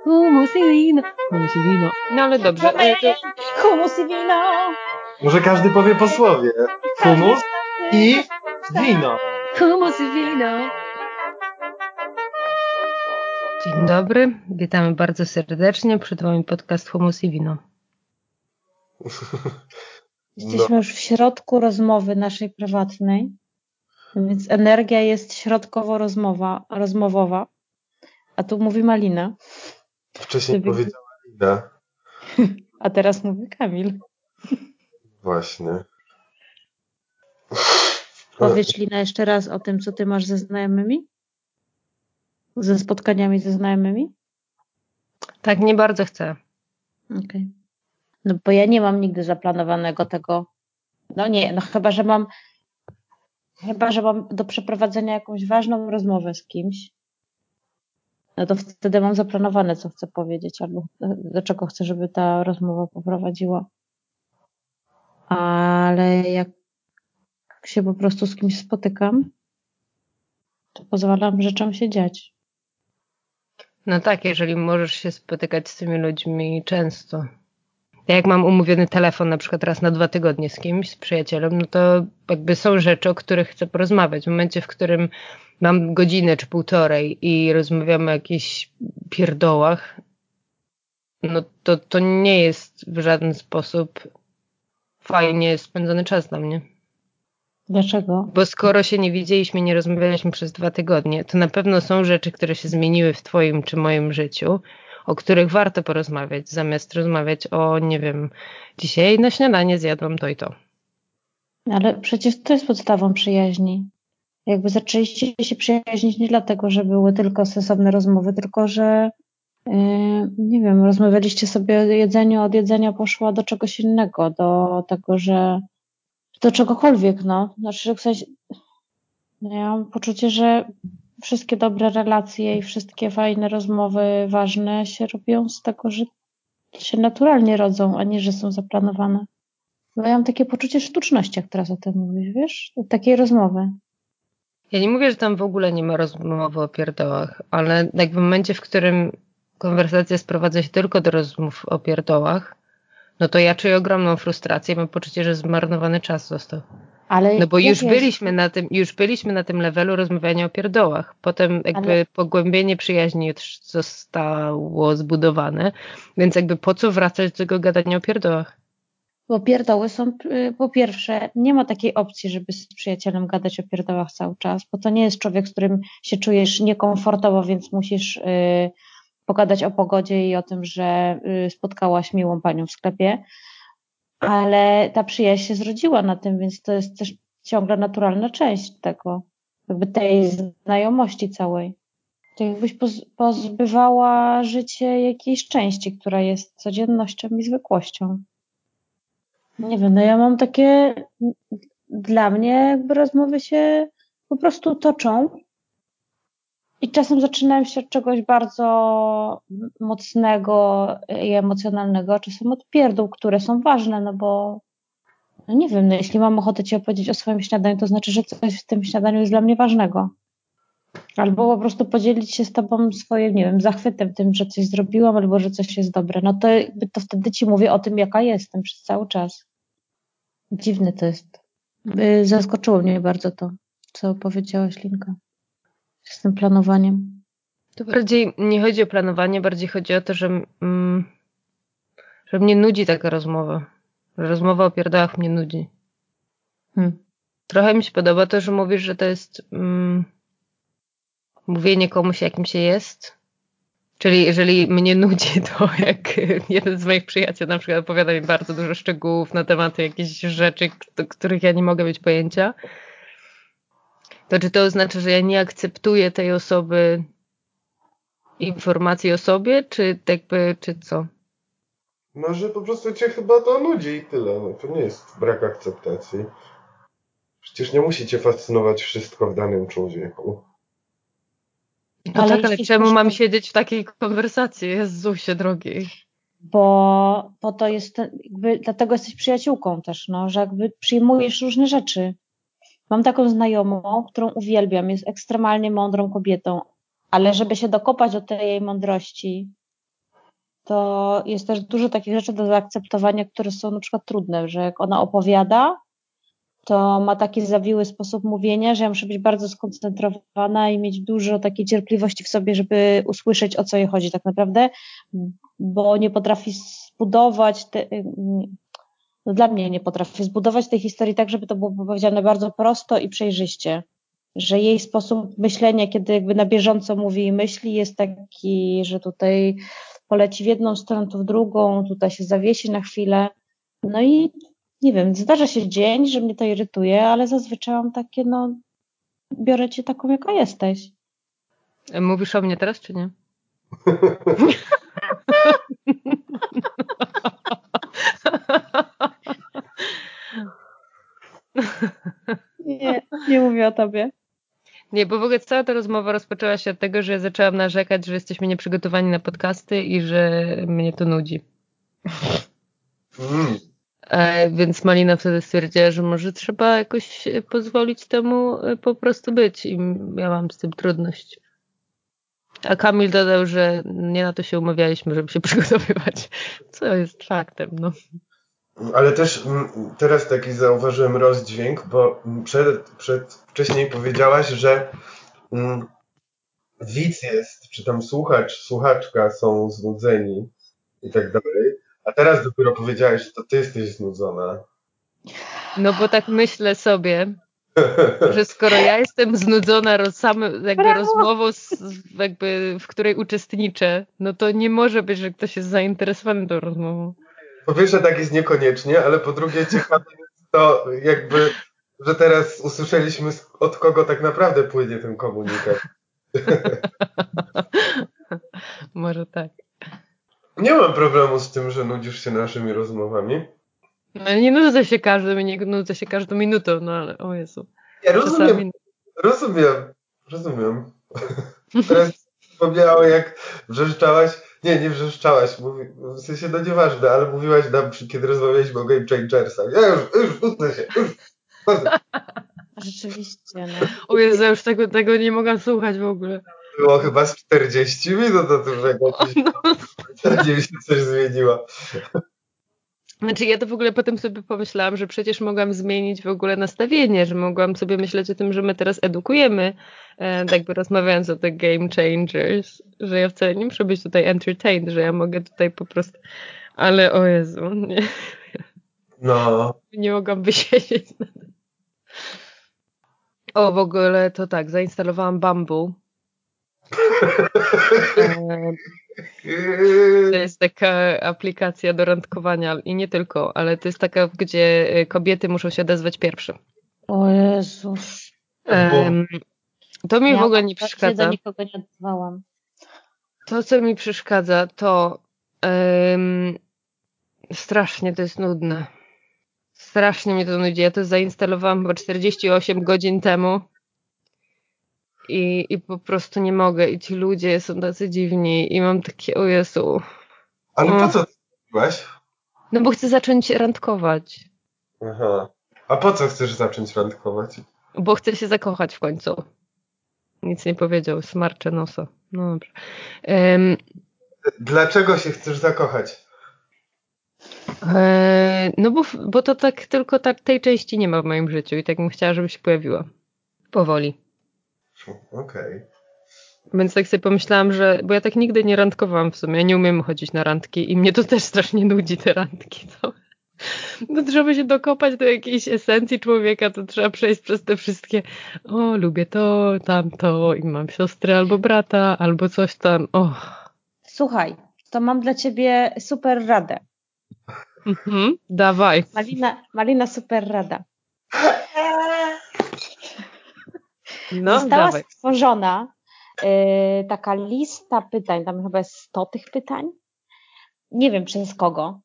Humus i wino. Humus i wino. No ale dobrze. Humus i wino. Może każdy powie po słowie. Humus i wino. Humus i wino. Dzień dobry, witamy bardzo serdecznie. Przed wami podcast Humus i wino. Jesteśmy już w środku rozmowy naszej prywatnej, więc energia jest środkowo rozmowowa, a tu mówi Malina. Wcześniej powiedziała Lina. A teraz mówi Kamil. Właśnie. Powiedz, Lina, jeszcze raz o tym, co ty masz ze znajomymi? Ze spotkaniami ze znajomymi? Tak, nie bardzo chcę. Okej. No bo ja nie mam nigdy zaplanowanego tego. No nie, no chyba, że mam do przeprowadzenia jakąś ważną rozmowę z kimś. No to wtedy mam zaplanowane, co chcę powiedzieć, albo do czego chcę, żeby ta rozmowa poprowadziła. Ale jak się po prostu z kimś spotykam, to pozwalam rzeczom się dziać. No tak, jeżeli możesz się spotykać z tymi ludźmi często. Ja jak mam umówiony telefon na przykład raz na 2 tygodnie z kimś, z przyjacielem, no to jakby są rzeczy, o których chcę porozmawiać. W momencie, w którym mam godzinę czy półtorej i rozmawiamy o jakichś pierdołach, no to nie jest w żaden sposób fajnie spędzony czas dla mnie. Dlaczego? Bo skoro się nie widzieliśmy, nie rozmawialiśmy przez 2 tygodnie, to na pewno są rzeczy, które się zmieniły w twoim czy moim życiu, o których warto porozmawiać, zamiast rozmawiać o, nie wiem, dzisiaj na śniadanie zjadłam to i to. Ale przecież to jest podstawą przyjaźni. Jakby zaczęliście się przyjaźnić nie dlatego, że były tylko sensowne rozmowy, tylko że nie wiem, rozmawialiście sobie o jedzeniu, od jedzenia poszła do czegoś innego, do tego, że do czegokolwiek, no. Znaczy, że w sensie, ja mam poczucie, że wszystkie dobre relacje i wszystkie fajne rozmowy ważne się robią z tego, że się naturalnie rodzą, a nie, że są zaplanowane. Bo ja mam takie poczucie sztuczności, jak teraz o tym mówisz, wiesz? Takiej rozmowy. Ja nie mówię, że tam w ogóle nie ma rozmowy o pierdołach, ale jakby w momencie, w którym konwersacja sprowadza się tylko do rozmów o pierdołach, no to ja czuję ogromną frustrację, mam poczucie, że zmarnowany czas został. Ale No bo już jest... byliśmy na tym levelu rozmawiania o pierdołach. Potem jakby pogłębienie przyjaźni już zostało zbudowane, więc jakby po co wracać do tego gadania o pierdołach? Bo pierdoły są, po pierwsze, nie ma takiej opcji, żeby z przyjacielem gadać o pierdołach cały czas, bo to nie jest człowiek, z którym się czujesz niekomfortowo, więc musisz pogadać o pogodzie i o tym, że spotkałaś miłą panią w sklepie, ale ta przyjaźń się zrodziła na tym, więc to jest też ciągle naturalna część tego, jakby tej znajomości całej. To jakbyś pozbywała życie jakiejś części, która jest codziennością i zwykłością. Nie wiem, no ja mam takie, dla mnie jakby rozmowy się po prostu toczą i czasem zaczynają się od czegoś bardzo mocnego i emocjonalnego, a czasem od pierdół, które są ważne, no bo no nie wiem, no jeśli mam ochotę ci opowiedzieć o swoim śniadaniu, to znaczy, że coś w tym śniadaniu jest dla mnie ważnego. Albo po prostu podzielić się z tobą swoim, nie wiem, zachwytem tym, że coś zrobiłam, albo że coś jest dobre. No to jakby to wtedy ci mówię o tym, jaka jestem przez cały czas. Dziwne to jest. Zaskoczyło mnie bardzo to, co powiedziałaś, Linka. Z tym planowaniem. To bardziej nie chodzi o planowanie, bardziej chodzi o to, że mnie nudzi taka rozmowa. Że rozmowa o pierdołach mnie nudzi. Trochę mi się podoba to, że mówisz, że to jest mówienie komuś, jakim się jest. Czyli jeżeli mnie nudzi, to jak jeden z moich przyjaciół na przykład opowiada mi bardzo dużo szczegółów na tematy jakichś rzeczy, do których ja nie mogę mieć pojęcia, to czy to oznacza, że ja nie akceptuję tej osoby informacji o sobie, czy co? No, że po prostu cię chyba to nudzi i tyle. No, to nie jest brak akceptacji. Przecież nie musi cię fascynować wszystko w danym człowieku. No ale tak, ale czemu mam siedzieć w takiej konwersacji? Jezusie drogi. Bo to jest, jakby, dlatego jesteś przyjaciółką też, no, że jakby przyjmujesz różne rzeczy. Mam taką znajomą, którą uwielbiam, jest ekstremalnie mądrą kobietą, ale żeby się dokopać do tej jej mądrości, to jest też dużo takich rzeczy do zaakceptowania, które są na przykład trudne, że jak ona opowiada, to ma taki zawiły sposób mówienia, że ja muszę być bardzo skoncentrowana i mieć dużo takiej cierpliwości w sobie, żeby usłyszeć, o co jej chodzi tak naprawdę, bo nie potrafi zbudować, no dla mnie nie potrafi zbudować tej historii tak, żeby to było powiedziane bardzo prosto i przejrzyście. Że jej sposób myślenia, kiedy jakby na bieżąco mówi i myśli, jest taki, że tutaj poleci w jedną stronę, tu w drugą, tutaj się zawiesi na chwilę. No i nie wiem, zdarza się dzień, że mnie to irytuje, ale zazwyczaj mam takie, no biorę cię taką, jaka jesteś. Mówisz o mnie teraz, czy nie? Nie mówię o tobie. Nie, bo w ogóle cała ta rozmowa rozpoczęła się od tego, że ja zaczęłam narzekać, że jesteśmy nieprzygotowani na podcasty i że mnie to nudzi. Więc Malina wtedy stwierdziła, że może trzeba jakoś pozwolić temu po prostu być i ja mam z tym trudność. A Kamil dodał, że nie na to się umawialiśmy, żeby się przygotowywać, co jest faktem, no. Ale też teraz taki zauważyłem rozdźwięk, bo wcześniej powiedziałaś, że widz jest, czy tam słuchacz, słuchaczka są znudzeni i tak dalej, a teraz dopiero powiedziałaś, że to ty jesteś znudzona. No bo tak myślę sobie, że skoro ja jestem znudzona rozmową, w której uczestniczę, no to nie może być, że ktoś jest zainteresowany tą rozmową. Po pierwsze tak jest niekoniecznie, ale po drugie ciekawe jest to jakby, że teraz usłyszeliśmy od kogo tak naprawdę płynie ten komunikat. Może tak. Nie mam problemu z tym, że nudzisz się naszymi rozmowami. No nie nudzę się nie nudzę się każdą minutą, no ale o Jezu. Ja rozumiem. Teraz wspomniało, jak wrzeszczałaś. Nie wrzeszczałaś. W sensie, no nieważne, ale mówiłaś nam, kiedy rozmawialiśmy o Game Changersach. Ja już nudzę się. Rzeczywiście, no. O Jezu, ja już tego nie mogłam słuchać w ogóle. Było chyba z 40 minut o tym, że jakoś się coś zmieniło. Znaczy ja to w ogóle potem sobie pomyślałam, że przecież mogłam zmienić w ogóle nastawienie, że mogłam sobie myśleć o tym, że my teraz edukujemy, jakby rozmawiając o The Game Changers, że ja wcale nie muszę być tutaj entertained, że ja mogę tutaj po prostu, ale o Jezu, nie. No. Nie mogłam wysiedzieć. O, w ogóle to tak, zainstalowałam Bumble. To jest taka aplikacja do randkowania i nie tylko, ale to jest taka, gdzie kobiety muszą się odezwać pierwsze. O Jezus. To mi w ogóle nie przeszkadza. Do nikogo nie odezwałam. To, co mi przeszkadza, to strasznie to jest nudne. Strasznie mnie to nudzi. Ja to zainstalowałam chyba 48 godzin temu i po prostu nie mogę. I ci ludzie są tacy dziwni i mam takie, o Jezu. Ale po co ty zrobiłaś? No bo chcę zacząć randkować. Aha. A po co chcesz zacząć randkować? Bo chcę się zakochać w końcu. Nic nie powiedział, smarczę nosa. No dobrze. Dlaczego się chcesz zakochać? No bo to tak tylko tej części nie ma w moim życiu i tak bym chciała, żeby się pojawiła. Powoli. Okej. Więc tak sobie pomyślałam, bo ja tak nigdy nie randkowałam w sumie, ja nie umiem chodzić na randki i mnie to też strasznie nudzi te randki. No trzeba się dokopać do jakiejś esencji człowieka, to trzeba przejść przez te wszystkie lubię to, tamto i mam siostrę albo brata, albo coś tam. Słuchaj, to mam dla ciebie super radę. Dawaj. Malina super rada. No, Została dawaj. stworzona taka lista pytań, tam chyba jest 100 tych pytań, nie wiem przez kogo,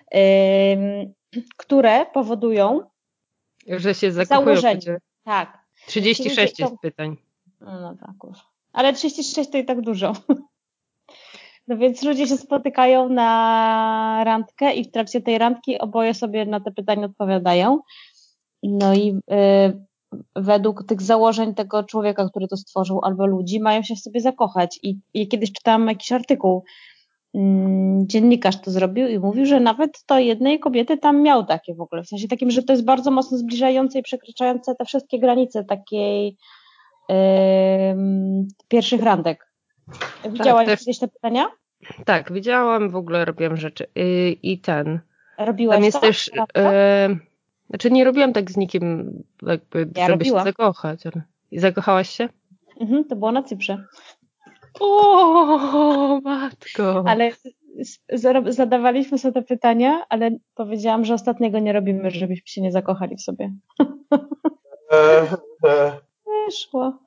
które powodują, że się zakochują. Tak. 36 jest pytań. No tak, ale 36 to i tak dużo. No więc ludzie się spotykają na randkę i w trakcie tej randki oboje sobie na te pytania odpowiadają. No i według tych założeń tego człowieka, który to stworzył, albo ludzi, mają się w sobie zakochać. I kiedyś czytałam jakiś artykuł dziennikarz to zrobił i mówił, że nawet to jednej kobiety tam miał takie w ogóle, w sensie takim, że to jest bardzo mocno zbliżające i przekraczające te wszystkie granice takiej pierwszych randek. Widziałaś kiedyś te pytania? Tak, widziałam, w ogóle robiłam rzeczy. I Robiłaś tam jest to? też, znaczy nie robiłam tak z nikim, jakby, Ja żeby robiłam. się zakochać. I zakochałaś się? To było na Cyprze. O, matko. Ale zadawaliśmy sobie te pytania, ale powiedziałam, że ostatniego nie robimy, żebyśmy się nie zakochali w sobie. Wyszło.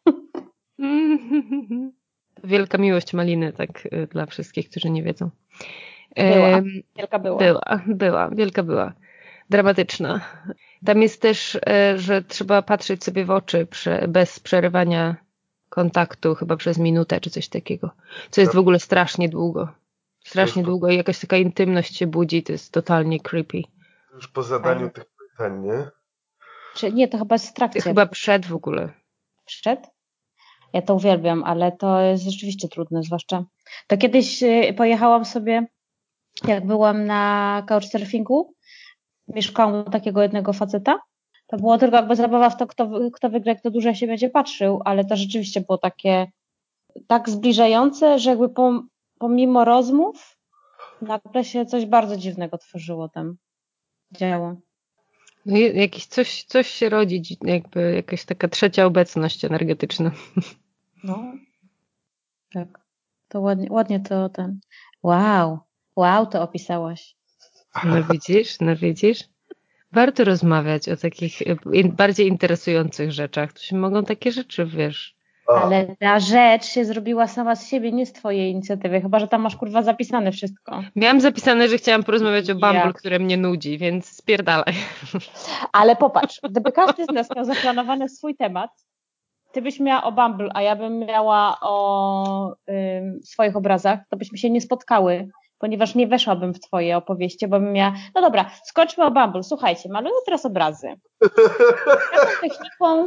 Wielka miłość maliny, tak dla wszystkich, którzy nie wiedzą. Była. Wielka była. Wielka była. Dramatyczna. Tam jest też, że trzeba patrzeć sobie w oczy bez przerywania kontaktu, chyba przez minutę czy coś takiego. Co jest w ogóle strasznie długo. Strasznie długo i jakaś taka intymność się budzi, to jest totalnie creepy. Już po zadaniu tych pytań, nie? Czy nie, to chyba jest w trakcie. Chyba przed w ogóle. Przed? Ja to uwielbiam, ale to jest rzeczywiście trudne, zwłaszcza. To kiedyś pojechałam sobie, jak byłam na couchsurfingu, mieszkałam u takiego jednego faceta. To było tylko jakby zabawa w to, kto wygra, kto dłużej się będzie patrzył, ale to rzeczywiście było takie tak zbliżające, że jakby pomimo rozmów nagle się coś bardzo dziwnego tworzyło tam, działo. No jakieś coś się rodzi, jakby jakaś taka trzecia obecność energetyczna. No, tak. To ładnie to ten. Wow, to opisałaś. No widzisz. Warto rozmawiać o takich bardziej interesujących rzeczach. Tu się mogą takie rzeczy, wiesz. Ale ta rzecz się zrobiła sama z siebie, nie z twojej inicjatywy, chyba że tam masz kurwa zapisane wszystko. Miałam zapisane, że chciałam porozmawiać o Bumble, które mnie nudzi, więc spierdalaj. Ale popatrz, gdyby każdy z nas miał zaplanowany swój temat, ty byś miała o Bumble, a ja bym miała o swoich obrazach, to byśmy się nie spotkały, ponieważ nie weszłabym w twoje opowieści, bo bym miała, no dobra, skończmy o Bumble, słuchajcie, maluję teraz obrazy. Jaką techniką?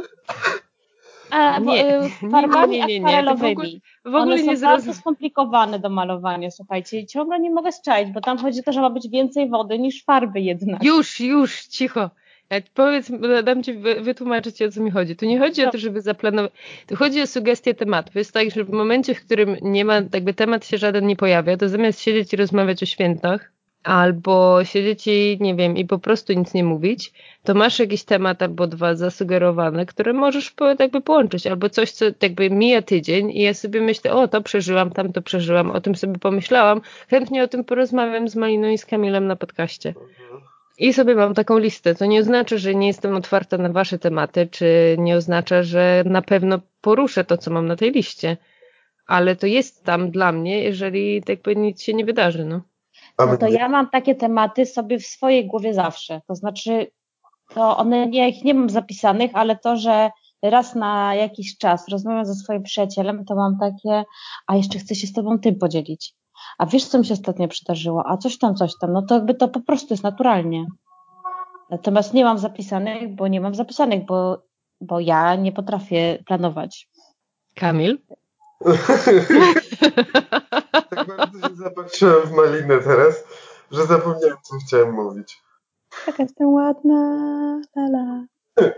Farbami akwarelowymi. One są bardzo skomplikowane do malowania, słuchajcie, i ciągle nie mogę zczaić, bo tam chodzi o to, że ma być więcej wody niż farby jednak. Już, cicho. Powiedz, dam ci wytłumaczyć, o co mi chodzi. Tu nie chodzi o to, żeby zaplanować, tu chodzi o sugestię tematu. Jest tak, że w momencie, w którym nie ma, jakby temat się żaden nie pojawia, to zamiast siedzieć i rozmawiać o świętach, albo siedzieć i nie wiem, i po prostu nic nie mówić, to masz jakiś temat albo dwa zasugerowane, które możesz jakby połączyć, albo coś, co jakby mija tydzień i ja sobie myślę, o, to przeżyłam, tamto przeżyłam, o tym sobie pomyślałam, chętnie o tym porozmawiam z Maliną i z Kamilem na podcaście. I sobie mam taką listę. To nie oznacza, że nie jestem otwarta na wasze tematy, czy nie oznacza, że na pewno poruszę to, co mam na tej liście, ale to jest tam dla mnie, jeżeli jakby nic się nie wydarzy, no. No to ja mam takie tematy sobie w swojej głowie zawsze. To znaczy, to one ja ich nie mam zapisanych, ale to, że raz na jakiś czas rozmawiam ze swoim przyjacielem, to mam takie, a jeszcze chcę się z tobą tym podzielić. A wiesz, co mi się ostatnio przydarzyło? A coś tam. No to jakby to po prostu jest naturalnie. Natomiast nie mam zapisanych, bo ja nie potrafię planować. Kamil? Tak bardzo się zapatrzyłem w Malinę teraz, że zapomniałem, co chciałem mówić. Taka jestem ładna, lala.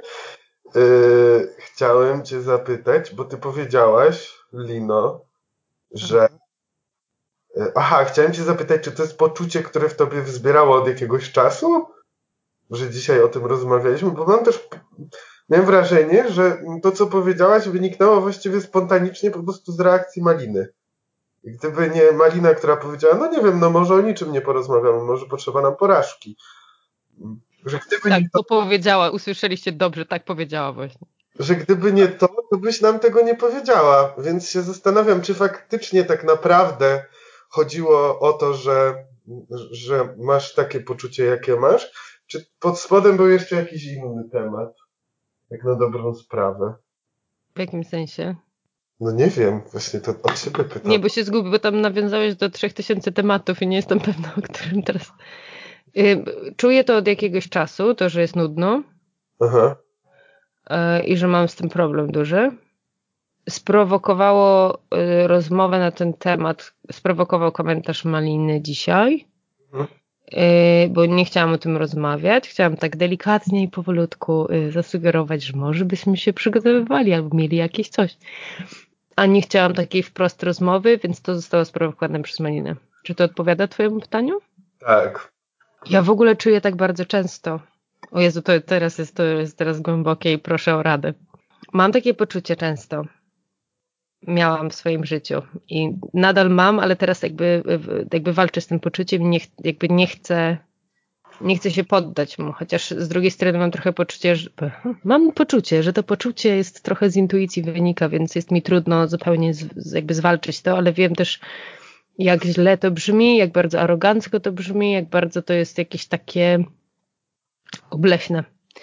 Chciałem cię zapytać, bo ty powiedziałaś, Lino, że... chciałem cię zapytać, czy to jest poczucie, które w tobie wzbierało od jakiegoś czasu? Że dzisiaj o tym rozmawialiśmy, bo miałem wrażenie, że to, co powiedziałaś, wyniknęło właściwie spontanicznie po prostu z reakcji Maliny. I gdyby nie Malina, która powiedziała, no nie wiem, no może o niczym nie porozmawiamy, może potrzeba nam porażki. Że gdyby tak, nie to powiedziała, usłyszeliście dobrze, tak powiedziała właśnie. Że gdyby nie to byś nam tego nie powiedziała. Więc się zastanawiam, czy faktycznie tak naprawdę chodziło o to, że masz takie poczucie, jakie masz, czy pod spodem był jeszcze jakiś inny temat? Tak na dobrą sprawę. W jakim sensie? No nie wiem, właśnie to od ciebie pytam. Nie, bo się zgubił, bo tam nawiązałeś do 3000 tematów i nie jestem pewna, o którym teraz... Czuję to od jakiegoś czasu, to, że jest nudno. Aha. I że mam z tym problem duży. sprowokowało rozmowę na ten temat, sprowokował komentarz Maliny dzisiaj, bo nie chciałam o tym rozmawiać. Chciałam tak delikatnie i powolutku zasugerować, że może byśmy się przygotowywali albo mieli jakieś coś. A nie chciałam takiej wprost rozmowy, więc to zostało sprowokowane przez Malinę. Czy to odpowiada twojemu pytaniu? Tak. Ja w ogóle czuję tak bardzo często. O Jezu, to jest teraz głębokie i proszę o radę. Mam takie poczucie często. Miałam w swoim życiu i nadal mam, ale teraz jakby walczę z tym poczuciem i nie chcę się poddać mu, chociaż z drugiej strony mam trochę poczucie, że to poczucie jest trochę z intuicji wynika, więc jest mi trudno zupełnie jakby zwalczyć to, ale wiem też, jak źle to brzmi, jak bardzo arogancko to brzmi, jak bardzo to jest jakieś takie obleśne.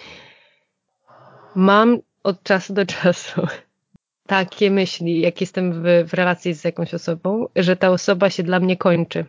Mam od czasu do czasu takie myśli, jak jestem w relacji z jakąś osobą, że ta osoba się dla mnie kończy.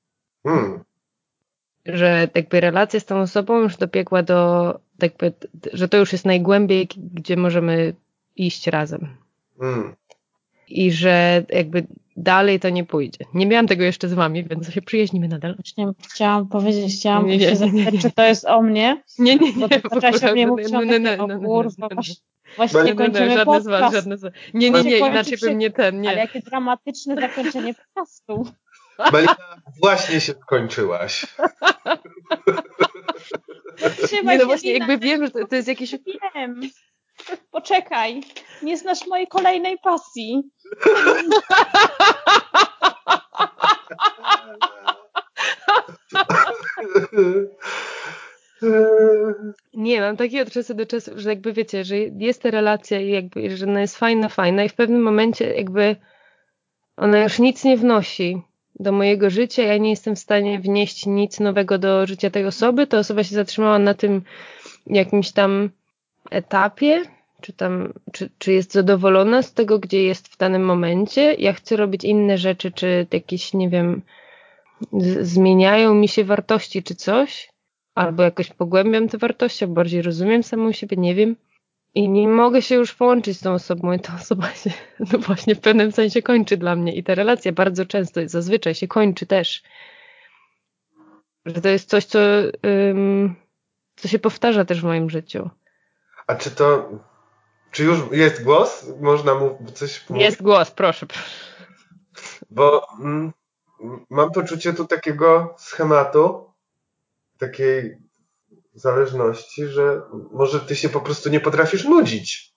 Że jakby relacja z tą osobą już dobiegła że to już jest najgłębiej, gdzie możemy iść razem. I że jakby dalej to nie pójdzie. Nie miałam tego jeszcze z wami, więc się przyjaźnimy nadal. Właśnie chciałam się zapytać, czy to jest o mnie. Nie. Bo ty zaczęłaś o mnie mówić, właśnie kończymy podcast. Żadne. Nie, inaczej bym nie nie. Ale jakie dramatyczne zakończenie podcastu. Malina, właśnie się skończyłaś. Nie, no właśnie, jakby wiem, że to jest jakiś... Wiem. Poczekaj, nie znasz mojej kolejnej pasji. Nie, mam takie od czasu do czasu, że jakby wiecie, że jest ta relacja i jakby, że ona jest fajna i w pewnym momencie jakby ona już nic nie wnosi do mojego życia, ja nie jestem w stanie wnieść nic nowego do życia tej osoby, ta osoba się zatrzymała na tym jakimś tam etapie, czy jest zadowolona z tego, gdzie jest w danym momencie, ja chcę robić inne rzeczy, czy jakieś, nie wiem, zmieniają mi się wartości, czy coś, albo jakoś pogłębiam te wartości, albo bardziej rozumiem samą siebie, nie wiem. I nie mogę się już połączyć z tą osobą i ta osoba się no właśnie w pewnym sensie kończy dla mnie. I ta relacja bardzo często, zazwyczaj się kończy też. Że to jest coś, co się powtarza też w moim życiu. A czy już jest głos? Można mu coś mówić? Jest głos, proszę. Bo mam poczucie tu takiego schematu, takiej zależności, że może ty się po prostu nie potrafisz nudzić.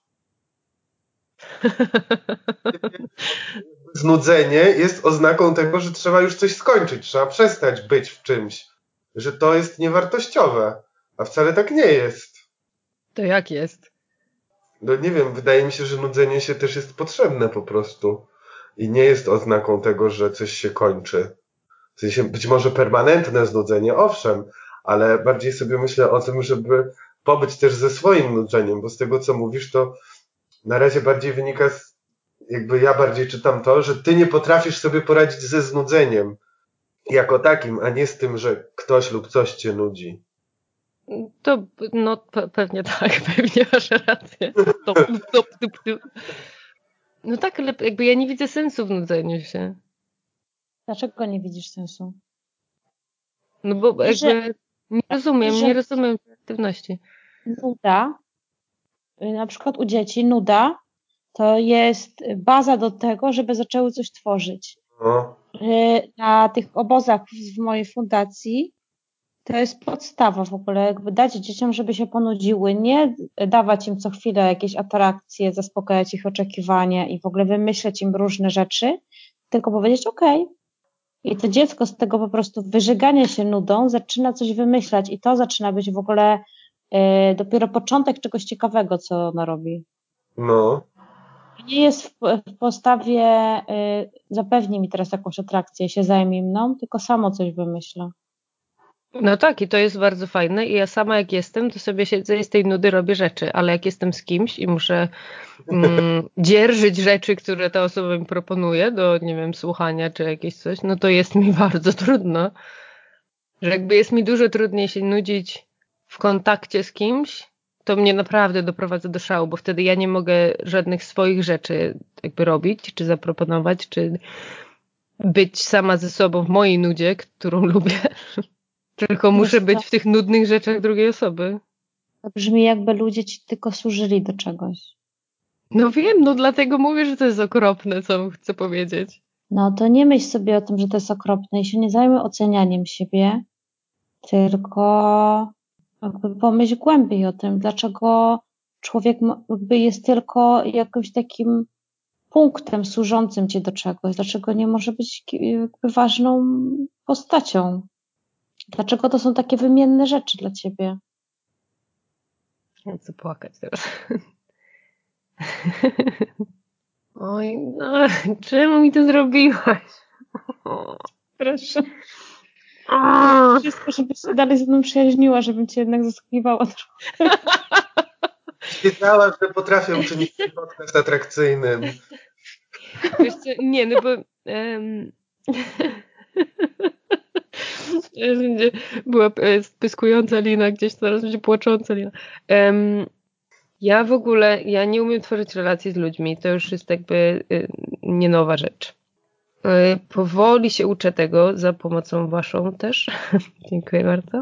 Znudzenie jest oznaką tego, że trzeba już coś skończyć, trzeba przestać być w czymś, że to jest niewartościowe, a wcale tak nie jest. To jak jest? No nie wiem, wydaje mi się, że nudzenie się też jest potrzebne po prostu i nie jest oznaką tego, że coś się kończy. W sensie być może permanentne znudzenie, owszem, ale bardziej sobie myślę o tym, żeby pobyć też ze swoim nudzeniem, bo z tego, co mówisz, to na razie bardziej wynika jakby ja bardziej czytam to, że ty nie potrafisz sobie poradzić ze znudzeniem jako takim, a nie z tym, że ktoś lub coś cię nudzi. To, no pewnie tak, pewnie masz rację. No tak, ale jakby ja nie widzę sensu w nudzeniu się. Dlaczego nie widzisz sensu? No bo jakby nie rozumiem aktywności. Nuda, na przykład u dzieci nuda to jest baza do tego, żeby zaczęły coś tworzyć. No. Na tych obozach w mojej fundacji to jest podstawa w ogóle, jakby dać dzieciom, żeby się ponudziły, nie dawać im co chwilę jakieś atrakcje, zaspokajać ich oczekiwania i w ogóle wymyśleć im różne rzeczy, tylko powiedzieć okej. I to dziecko z tego po prostu wyżegania się nudą zaczyna coś wymyślać i to zaczyna być w ogóle dopiero początek czegoś ciekawego, co ona robi. No. Nie jest w postawie zapewnij mi teraz jakąś atrakcję, się zajmij mną, tylko samo coś wymyśla. No tak, i to jest bardzo fajne i ja sama jak jestem, to sobie siedzę i z tej nudy robię rzeczy, ale jak jestem z kimś i muszę dzierżyć rzeczy, które ta osoba mi proponuje do, nie wiem, słuchania czy jakieś coś, no to jest mi bardzo trudno. Że jakby jest mi dużo trudniej się nudzić w kontakcie z kimś, to mnie naprawdę doprowadza do szału, bo wtedy ja nie mogę żadnych swoich rzeczy jakby robić, czy zaproponować, czy być sama ze sobą w mojej nudzie, którą lubię. Tylko muszę być w tych nudnych rzeczach drugiej osoby. To brzmi, jakby ludzie ci tylko służyli do czegoś. No wiem, no dlatego mówię, że to jest okropne, co chcę powiedzieć. No to nie myśl sobie o tym, że to jest okropne i się nie zajmuj ocenianiem siebie, tylko jakby pomyśl głębiej o tym, dlaczego człowiek jakby jest tylko jakimś takim punktem służącym ci do czegoś, dlaczego nie może być jakby ważną postacią. Dlaczego to są takie wymienne rzeczy dla ciebie? Nie chcę płakać teraz. Oj, no, czemu mi to zrobiłaś? Proszę. Wszystko, żebyś się dalej ze mną przyjaźniła, żebym cię jednak zasługiwała trochę. Wiedziałam, że potrafię uczynić ten podcast atrakcyjnym. Wiesz co, nie, no bo będzie była pyskująca Lina gdzieś, teraz będzie płacząca Lina. Ja w ogóle, ja nie umiem tworzyć relacji z ludźmi. To już jest jakby nie nowa rzecz. Powoli się uczę tego za pomocą waszą też. Dziękuję bardzo.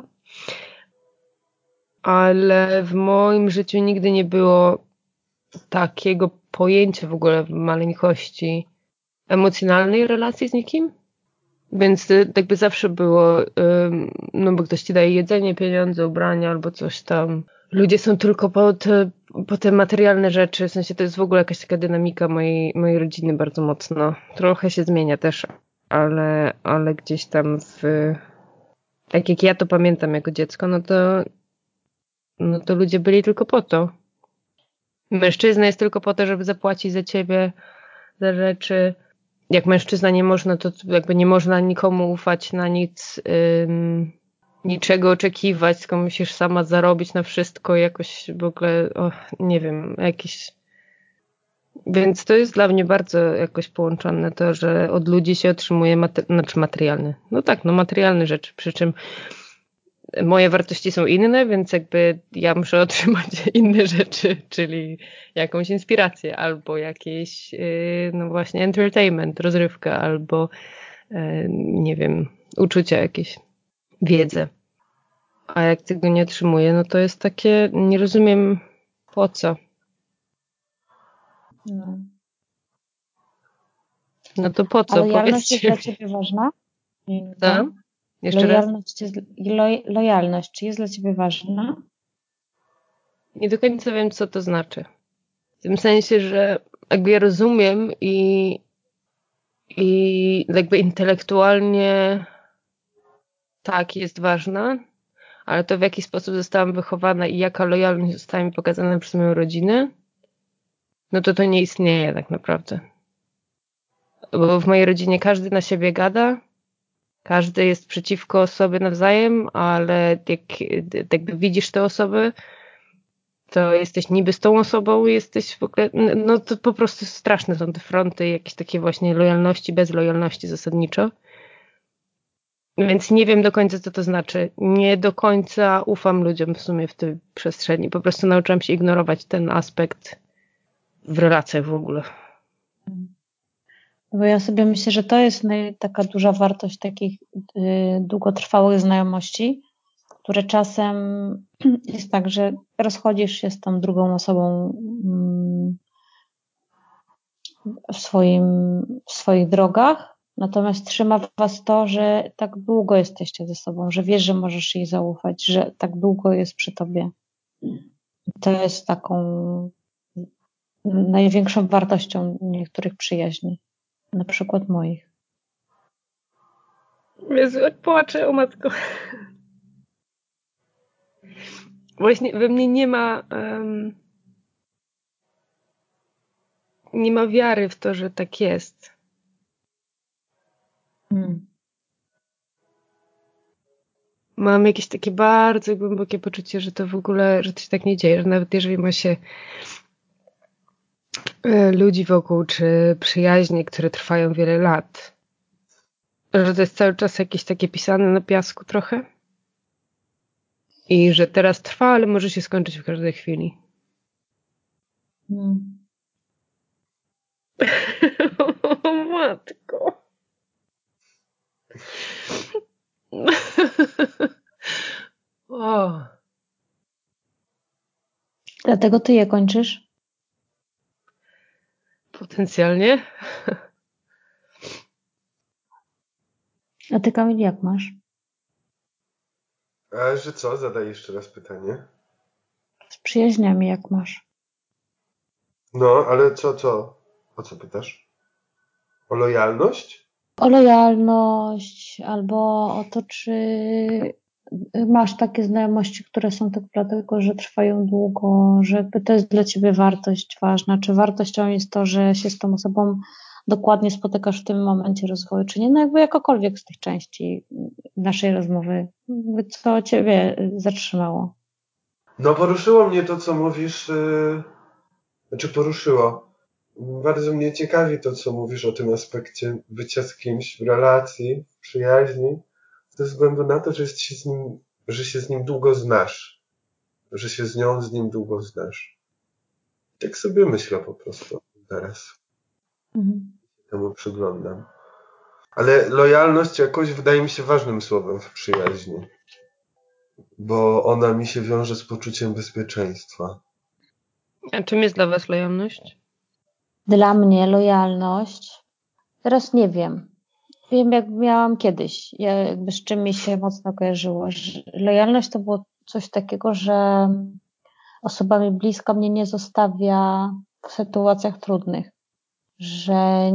Ale w moim życiu nigdy nie było takiego pojęcia w ogóle w maleńkości emocjonalnej relacji z nikim. Więc jakby zawsze było, no bo ktoś ci daje jedzenie, pieniądze, ubrania albo coś tam. Ludzie są tylko po te materialne rzeczy, w sensie to jest w ogóle jakaś taka dynamika mojej rodziny bardzo mocno. Trochę się zmienia też, ale gdzieś tam tak jak ja to pamiętam jako dziecko, no to ludzie byli tylko po to. Mężczyzna jest tylko po to, żeby zapłacić za ciebie, za rzeczy. Jak mężczyzna nie można, to jakby nie można nikomu ufać na nic, niczego oczekiwać, tylko musisz sama zarobić na wszystko jakoś w ogóle, nie wiem, jakieś... Więc to jest dla mnie bardzo jakoś połączone to, że od ludzi się otrzymuje materialne. No tak, no materialne rzeczy, przy czym moje wartości są inne, więc jakby ja muszę otrzymać inne rzeczy, czyli jakąś inspirację albo jakieś, no właśnie, entertainment, rozrywka albo, nie wiem, uczucia jakieś, wiedzę. A jak tego nie otrzymuję, no to jest takie, nie rozumiem po co. No to po co? Ale lojalność jest Powiedzcie dla ciebie ważna? co? Jeszcze raz? Lojalność, czy jest dla ciebie ważna? Nie do końca wiem, co to znaczy. W tym sensie, że jakby ja rozumiem i jakby intelektualnie tak, jest ważna, ale to w jaki sposób zostałam wychowana i jaka lojalność została mi pokazana przez moją rodzinę, no to nie istnieje tak naprawdę. Bo w mojej rodzinie każdy na siebie gada, każdy jest przeciwko sobie nawzajem, ale jak jakby widzisz te osoby, to jesteś niby z tą osobą, jesteś w ogóle, no to po prostu straszne są te fronty, jakieś takie właśnie lojalności, bez lojalności zasadniczo. Więc nie wiem do końca, co to znaczy. Nie do końca ufam ludziom w sumie w tej przestrzeni. Po prostu nauczyłam się ignorować ten aspekt w relacjach w ogóle. Bo ja sobie myślę, że to jest taka duża wartość takich długotrwałych znajomości, które czasem jest tak, że rozchodzisz się z tą drugą osobą w swoich drogach, natomiast trzyma was to, że tak długo jesteście ze sobą, że wiesz, że możesz jej zaufać, że tak długo jest przy tobie. To jest taką największą wartością niektórych przyjaźni, na przykład moich. Jezu, płaczę, o matko. Właśnie we mnie nie ma wiary w to, że tak jest. Mam jakieś takie bardzo głębokie poczucie, że to w ogóle, że to się tak nie dzieje, że nawet jeżeli ma się ludzi wokół, czy przyjaźnie, które trwają wiele lat, że to jest cały czas jakieś takie pisane na piasku trochę? I że teraz trwa, ale może się skończyć w każdej chwili. O matko. O. Dlatego ty je kończysz? Potencjalnie. A ty, Kamil, jak masz? A że co? Zadaj jeszcze raz pytanie. Z przyjaźniami jak masz? No, ale co? O co pytasz? O lojalność? O lojalność, albo o to, czy masz takie znajomości, które są tylko dlatego, że trwają długo, że to jest dla ciebie wartość ważna, czy wartością jest to, że się z tą osobą dokładnie spotykasz w tym momencie rozwoju, czy nie, no jakby jakokolwiek z tych części naszej rozmowy, co ciebie zatrzymało? No poruszyło mnie to, co mówisz, poruszyło. Bardzo mnie ciekawi to, co mówisz o tym aspekcie bycia z kimś w relacji, w przyjaźni, ze względu na to, że się z nim długo znasz, że się z nim długo znasz. Tak sobie myślę po prostu teraz. Temu przyglądam. Ale lojalność jakoś wydaje mi się ważnym słowem w przyjaźni, bo ona mi się wiąże z poczuciem bezpieczeństwa. A czym jest dla was lojalność? Dla mnie lojalność, teraz nie wiem. Wiem, jak miałam kiedyś, jakby z czym mi się mocno kojarzyło. Że lojalność to było coś takiego, że osoba mi bliska mnie nie zostawia w sytuacjach trudnych, że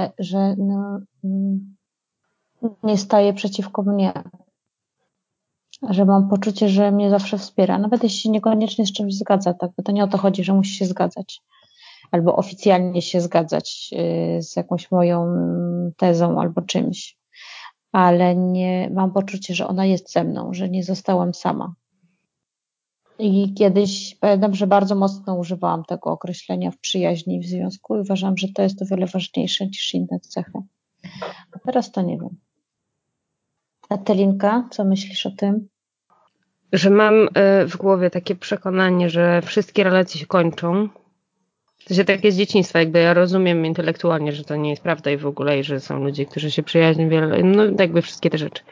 nie staje przeciwko mnie, że mam poczucie, że mnie zawsze wspiera, nawet jeśli się niekoniecznie z czymś zgadza, tak, bo to nie o to chodzi, że musi się zgadzać, albo oficjalnie się zgadzać z jakąś moją tezą albo czymś, ale nie mam poczucie, że ona jest ze mną, że nie zostałam sama. I kiedyś pamiętam, że bardzo mocno używałam tego określenia w przyjaźni i w związku i uważam, że to jest o wiele ważniejsze niż inne cechy. A teraz to nie wiem. A ty, Linka, co myślisz o tym? Że mam w głowie takie przekonanie, że wszystkie relacje się kończą. To się takie z dzieciństwa, jakby ja rozumiem intelektualnie, że to nie jest prawda i w ogóle, i że są ludzie, którzy się przyjaźnią wiele, no jakby wszystkie te rzeczy.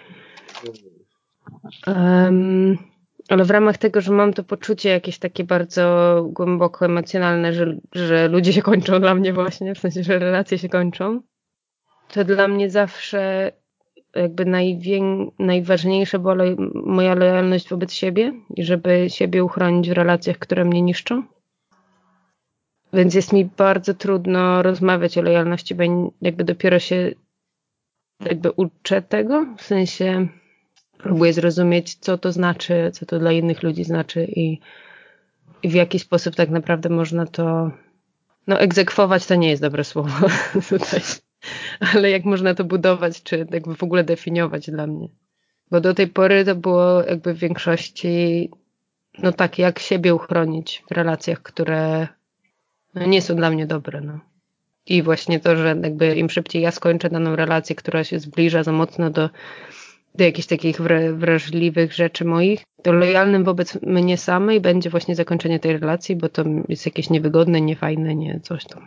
Ale w ramach tego, że mam to poczucie jakieś takie bardzo głęboko emocjonalne, że ludzie się kończą dla mnie właśnie, w sensie, że relacje się kończą, to dla mnie zawsze jakby najważniejsza była moja lojalność wobec siebie i żeby siebie uchronić w relacjach, które mnie niszczą. Więc jest mi bardzo trudno rozmawiać o lojalności, bo jakby dopiero się jakby uczę tego, w sensie próbuję zrozumieć, co to znaczy, co to dla innych ludzi znaczy i w jaki sposób tak naprawdę można to, no egzekwować to nie jest dobre słowo tutaj, ale jak można to budować, czy jakby w ogóle definiować dla mnie. Bo do tej pory to było jakby w większości, no tak, jak siebie uchronić w relacjach, które no, nie są dla mnie dobre, no. I właśnie to, że jakby im szybciej ja skończę daną relację, która się zbliża za mocno do jakichś takich wrażliwych rzeczy moich, to lojalnym wobec mnie samej będzie właśnie zakończenie tej relacji, bo to jest jakieś niewygodne, niefajne, nie coś tam.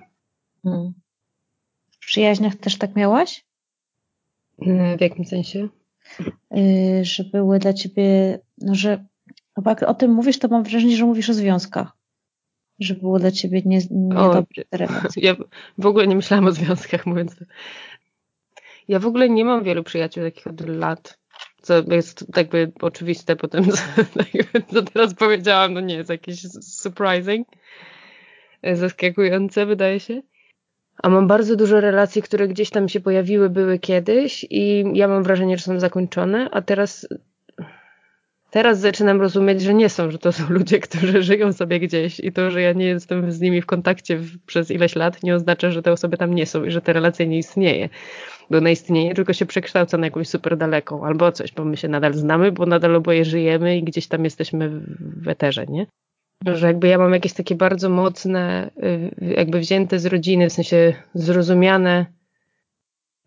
W przyjaźniach też tak miałaś? W jakim sensie? Że były dla ciebie, no że jak o tym mówisz, to mam wrażenie, że mówisz o związkach. Że było dla ciebie niedobre te relacje. Ja w ogóle nie myślałam o związkach, mówiąc to. Ja w ogóle nie mam wielu przyjaciół takich od lat, co jest jakby oczywiste po tym, co teraz powiedziałam, no nie jest jakieś surprising, zaskakujące wydaje się. A mam bardzo dużo relacji, które gdzieś tam się pojawiły, były kiedyś i ja mam wrażenie, że są zakończone, a teraz zaczynam rozumieć, że nie są, że to są ludzie, którzy żyją sobie gdzieś i to, że ja nie jestem z nimi w kontakcie przez ileś lat, nie oznacza, że te osoby tam nie są i że ta relacja nie istnieje. Bo ona istnieje, tylko się przekształca na jakąś super daleką albo coś, bo my się nadal znamy, bo nadal oboje żyjemy i gdzieś tam jesteśmy w eterze, nie? Że jakby ja mam jakieś takie bardzo mocne, jakby wzięte z rodziny, w sensie zrozumiane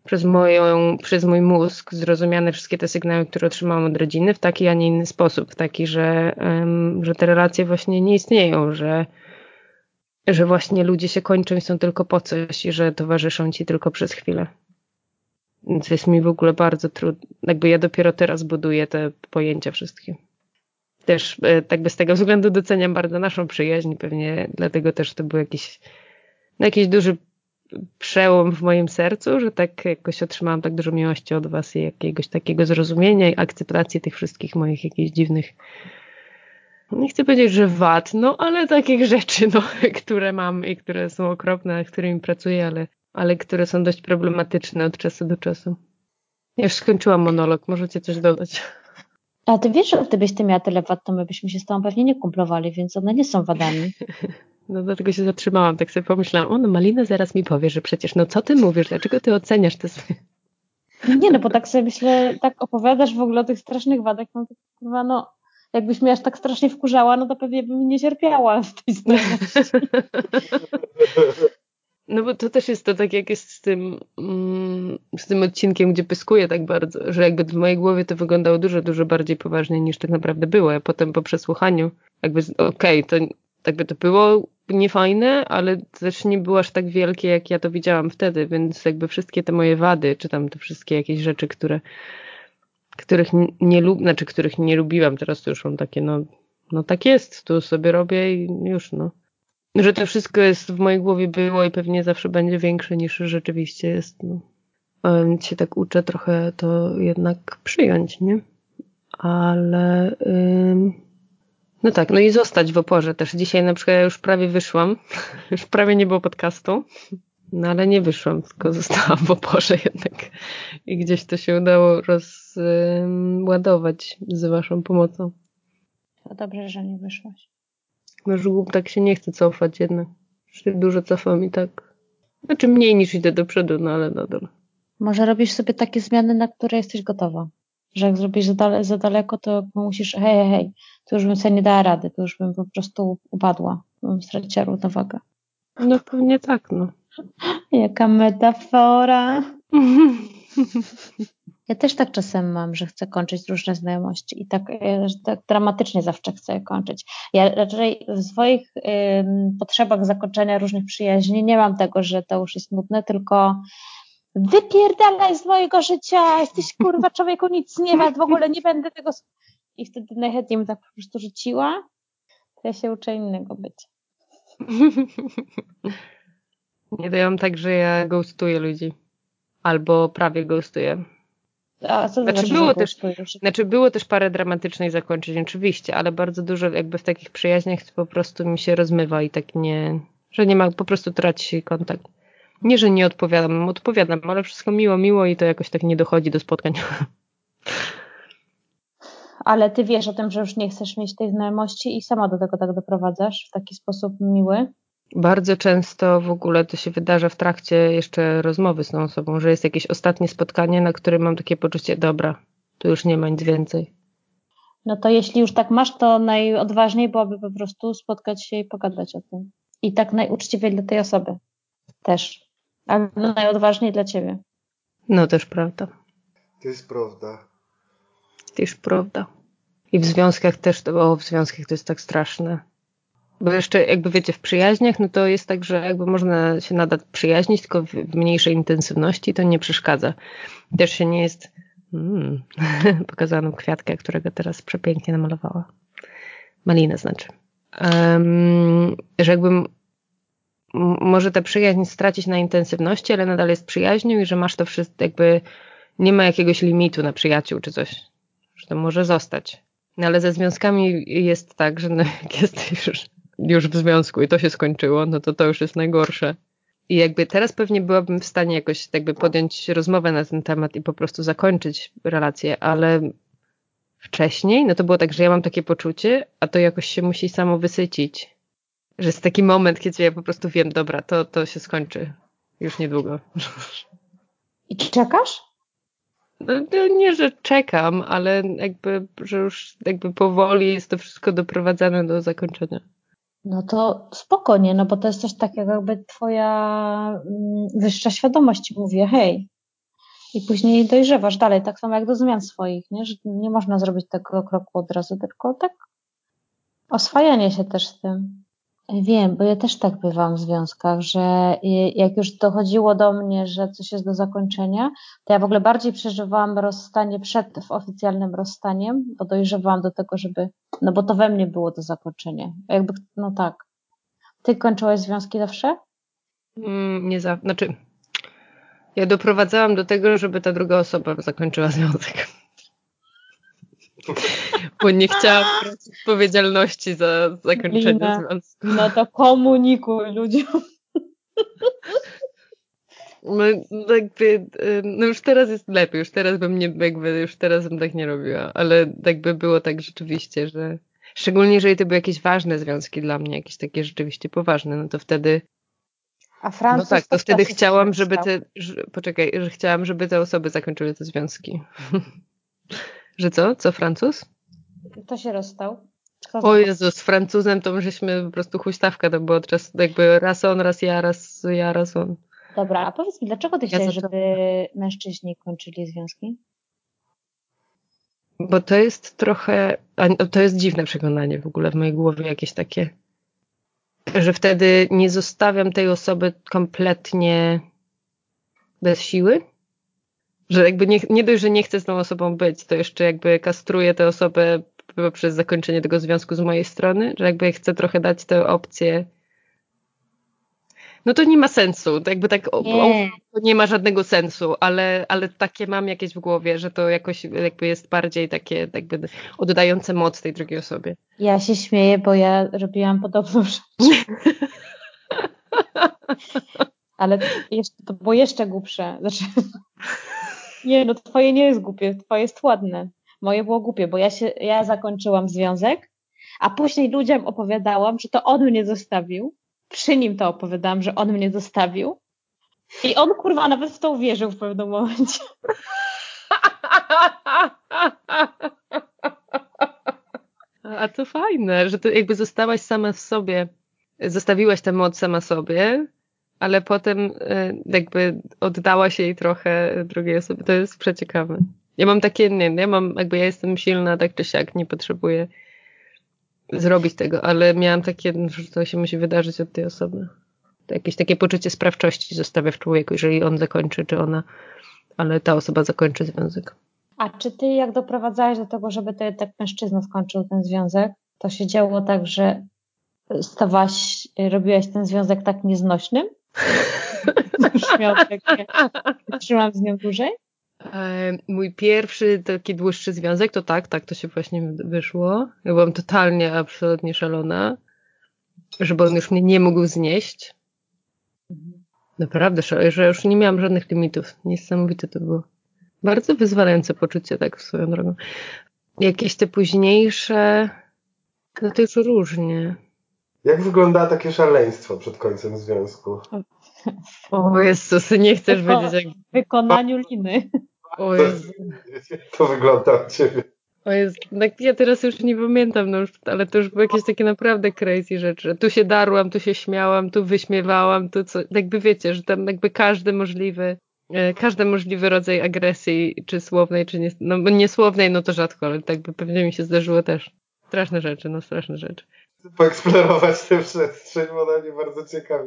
przez mój mózg zrozumiane wszystkie te sygnały, które otrzymałam od rodziny w taki, a nie inny sposób. W taki, że te relacje właśnie nie istnieją, że właśnie ludzie się kończą i są tylko po coś i że towarzyszą ci tylko przez chwilę. Więc jest mi w ogóle bardzo trudno. Jakby ja dopiero teraz buduję te pojęcia wszystkie. Też tak z tego względu doceniam bardzo naszą przyjaźń. Pewnie dlatego też to był jakiś duży przełom w moim sercu, że tak jakoś otrzymałam tak dużo miłości od was i jakiegoś takiego zrozumienia i akceptacji tych wszystkich moich jakichś dziwnych, nie chcę powiedzieć, że wad, no ale takich rzeczy, no, które mam i które są okropne, nad którymi pracuję, ale które są dość problematyczne od czasu do czasu. Ja już skończyłam monolog, możecie coś dodać. A ty wiesz, że gdybyś ty miała tyle wad, to my byśmy się z tobą pewnie nie kumplowali, więc one nie są wadami. No dlatego się zatrzymałam, tak sobie pomyślałam, no Malina zaraz mi powie, że przecież, no co ty mówisz, dlaczego ty oceniasz te swoje... Nie, no bo tak sobie myślę, tak opowiadasz w ogóle o tych strasznych wadach, no to kurwa, no jakbyś mnie aż tak strasznie wkurzała, no to pewnie bym nie cierpiała z tej znajomości. No bo to też jest to tak, jak jest z tym odcinkiem, gdzie pyskuję tak bardzo, że jakby w mojej głowie to wyglądało dużo, dużo bardziej poważnie niż tak naprawdę było. A potem po przesłuchaniu jakby to jakby to było niefajne, ale też nie było aż tak wielkie, jak ja to widziałam wtedy, więc jakby wszystkie te moje wady, czy tam te wszystkie jakieś rzeczy, których nie lubiłam, teraz to już mam takie, no tak jest, tu sobie robię i już, no. Że to wszystko jest w mojej głowie było i pewnie zawsze będzie większe niż rzeczywiście jest. No. Więc się tak uczę trochę to jednak przyjąć, nie? Ale no tak, no i zostać w oporze też. Dzisiaj na przykład ja już prawie wyszłam, już prawie nie było podcastu, no ale nie wyszłam, tylko zostałam w oporze jednak i gdzieś to się udało rozładować z waszą pomocą. To dobrze, że nie wyszłaś. No, tak się nie chce cofać jednak. Już się dużo cofam i tak. Znaczy mniej niż idę do przodu, no ale nadal. Może robisz sobie takie zmiany, na które jesteś gotowa. Że jak zrobisz za daleko, to musisz, hej, to już bym sobie nie dała rady, to już bym po prostu upadła, bym straciła równowagę. No pewnie tak, no. Jaka metafora. Ja też tak czasem mam, że chcę kończyć różne znajomości i tak dramatycznie zawsze chcę je kończyć. Ja raczej w swoich potrzebach zakończenia różnych przyjaźni nie mam tego, że to już jest nudne, tylko wypierdalaj z mojego życia, jesteś kurwa człowieku, nic nie ma, w ogóle nie będę tego... I wtedy najchętniej bym tak po prostu rzuciła, to ja się uczę innego być. Nie dają tak, że ja ghostuję ludzi. Albo prawie ghostuję. A co to znaczy, było też parę dramatycznych zakończeń, oczywiście, ale bardzo dużo jakby w takich przyjaźniach po prostu mi się rozmywa i tak nie, że nie ma, po prostu traci kontakt. Nie, że nie odpowiadam, ale wszystko miło i to jakoś tak nie dochodzi do spotkań. Ale ty wiesz o tym, że już nie chcesz mieć tej znajomości i sama do tego tak doprowadzasz w taki sposób miły? Bardzo często w ogóle to się wydarza w trakcie jeszcze rozmowy z tą osobą, że jest jakieś ostatnie spotkanie, na którym mam takie poczucie, dobra, tu już nie ma nic więcej. No to jeśli już tak masz, to najodważniej byłoby po prostu spotkać się i pogadać o tym. I tak najuczciwiej dla tej osoby też. Ale najodważniej dla ciebie. No też prawda. To jest prawda. Też prawda. I w związkach też, w związkach to jest tak straszne. Bo jeszcze jakby wiecie, w przyjaźniach, no to jest tak, że jakby można się nadal przyjaźnić, tylko w mniejszej intensywności to nie przeszkadza. Też się nie jest... Pokazano kwiatkę, którego teraz przepięknie namalowała. Malinę znaczy. Że jakby może ta przyjaźń stracić na intensywności, ale nadal jest przyjaźnią i że masz to wszystko, jakby nie ma jakiegoś limitu na przyjaciół czy coś. Że to może zostać. No ale ze związkami jest tak, że no jak jesteś już w związku i to się skończyło, no to już jest najgorsze. I jakby teraz pewnie byłabym w stanie jakoś jakby podjąć rozmowę na ten temat i po prostu zakończyć relację, ale wcześniej, no to było tak, że ja mam takie poczucie, a to jakoś się musi samo wysycić. Że jest taki moment, kiedy ja po prostu wiem, dobra, to się skończy już niedługo. I czekasz? No, nie, że czekam, ale jakby, że już jakby powoli jest to wszystko doprowadzane do zakończenia. No to spokojnie, no bo to jest coś takiego, jakby twoja wyższa świadomość mówi, hej, I później dojrzewasz dalej, tak samo jak do zmian swoich, nie? Że nie można zrobić tego kroku od razu, tylko tak oswajanie się też z tym. Wiem, bo ja też tak bywam w związkach, że jak już dochodziło do mnie, że coś jest do zakończenia, to ja w ogóle bardziej przeżywałam rozstanie przed oficjalnym rozstaniem, bo dojrzewałam do tego, no bo to we mnie było do zakończenia. Jakby, no tak. Ty kończyłaś związki zawsze? Znaczy, ja doprowadzałam do tego, żeby ta druga osoba zakończyła związek. Bo nie chciałam brać odpowiedzialności za zakończenie związku. No to komunikuj ludziom. No jakby, no już teraz jest lepiej, już teraz bym tak nie robiła, ale jakby było tak rzeczywiście, że szczególnie jeżeli to były jakieś ważne związki dla mnie, jakieś takie rzeczywiście poważne, no to wtedy no tak, to wtedy chciałam, że chciałam, żeby te osoby zakończyły te związki. Że co? Co Francuz? Kto się rozstał? O Jezu, z Francuzem to żeśmy po prostu huśtawka, to było czas jakby raz on, raz ja, raz on. Dobra, a powiedz mi, dlaczego ty chciałeś, żeby mężczyźni kończyli związki? Bo to jest trochę, to jest dziwne przekonanie w ogóle w mojej głowie jakieś takie, że wtedy nie zostawiam tej osoby kompletnie bez siły, że jakby nie dość, że nie chcę z tą osobą być, to jeszcze jakby kastruję tę osobę poprzez zakończenie tego związku z mojej strony, że jakby chcę trochę dać tę opcję. No to nie ma sensu, to jakby tak to nie ma żadnego sensu, ale takie mam jakieś w głowie, że to jakoś jakby jest bardziej takie jakby oddające moc tej drugiej osobie. Ja się śmieję, bo ja robiłam podobną rzecz. Ale to było jeszcze głupsze. Znaczy, nie, no twoje nie jest głupie, twoje jest ładne. Moje było głupie, bo ja zakończyłam związek, a później ludziom opowiadałam, że to on mnie zostawił. Przy nim to opowiadałam, że on mnie zostawił. I on, kurwa, nawet w to uwierzył w pewnym momencie. A to fajne, że to jakby zostałaś sama w sobie, zostawiłaś tę moc sama sobie, ale potem jakby oddałaś jej trochę drugiej osobie. To jest przeciekawe. Ja mam takie, ja jestem silna tak czy siak, nie potrzebuję zrobić tego, ale miałam takie, że to się musi wydarzyć od tej osoby. To jakieś takie poczucie sprawczości zostawia w człowieku, jeżeli on zakończy, czy ona, ale ta osoba zakończy związek. A czy ty jak doprowadzałaś do tego, żeby to jednak mężczyzna skończył ten związek, to się działo tak, że robiłaś ten związek tak nieznośnym? Już miał takie, trzymam z nią dłużej? Mój pierwszy taki dłuższy związek, to tak to się właśnie wyszło. Ja byłam totalnie, absolutnie szalona, żeby on już mnie nie mógł znieść. Naprawdę, że już nie miałam żadnych limitów. Niesamowite to było. Bardzo wyzwalające poczucie, tak swoją drogą. Jakieś te późniejsze, no to już różnie. Jak wygląda takie szaleństwo przed końcem związku? O Jezus, nie chcesz wiedzieć jak... W wykonaniu Liny. O Jezu. Jak to wygląda u ciebie? O Jezu, tak ja teraz już nie pamiętam, no już, ale to już były jakieś takie naprawdę crazy rzeczy. Tu się darłam, tu się śmiałam, tu wyśmiewałam, tu co, jakby wiecie, że tam jakby każdy możliwy rodzaj agresji, czy słownej, czy nie, no niesłownej, no to rzadko, ale tak by pewnie mi się zdarzyło też. Straszne rzeczy. Chcę poeksplorować tę przestrzeń, bo ona mnie bardzo ciekawi.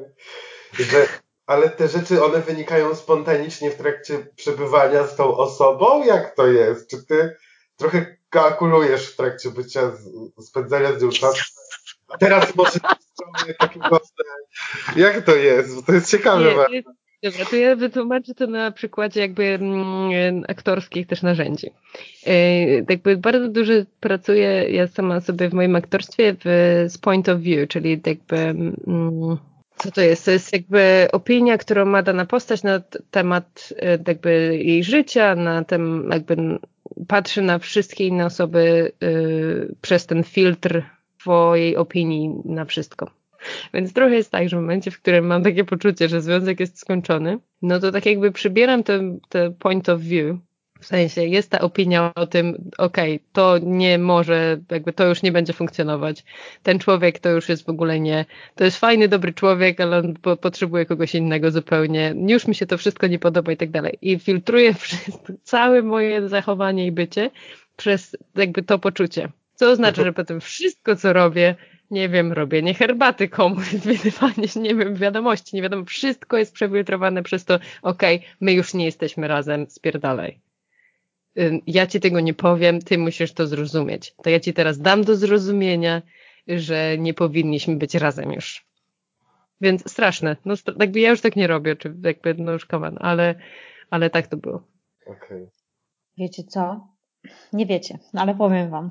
Ale te rzeczy, one wynikają spontanicznie w trakcie przebywania z tą osobą? Jak to jest? Czy ty trochę kalkulujesz w trakcie spędzania z nią czasu? A teraz może zrobię takiego... Jak to jest? Bo to jest ciekawe. Dobra, to ja wytłumaczę to na przykładzie jakby aktorskich też narzędzi. Jakby bardzo dużo pracuję ja sama sobie w moim aktorstwie z point of view, czyli jakby co to jest? To jest jakby opinia, którą ma dana postać na temat jakby jej życia, jakby patrzy na wszystkie inne osoby przez ten filtr swojej opinii na wszystko. Więc trochę jest tak, że w momencie, w którym mam takie poczucie, że związek jest skończony, no to tak jakby przybieram te point of view W sensie jest ta opinia o tym, okej, to nie może, jakby to już nie będzie funkcjonować. Ten człowiek to już jest w ogóle nie, to jest fajny, dobry człowiek, ale on potrzebuje kogoś innego zupełnie. Już mi się to wszystko nie podoba i tak dalej. I filtruję całe moje zachowanie i bycie przez jakby to poczucie. Co oznacza, że potem wszystko, co robię, nie wiem, robienie herbaty komuś, wydawanie, nie wiem, wiadomości, nie wiadomo, wszystko jest przefiltrowane przez to, my już nie jesteśmy razem, spierdalaj. Ja ci tego nie powiem, ty musisz to zrozumieć. To ja ci teraz dam do zrozumienia, że nie powinniśmy być razem już. Więc straszne. No, jakby ja już tak nie robię, czy jakby, no już come on, ale tak to było. Okej. Wiecie co? Nie wiecie, ale powiem wam.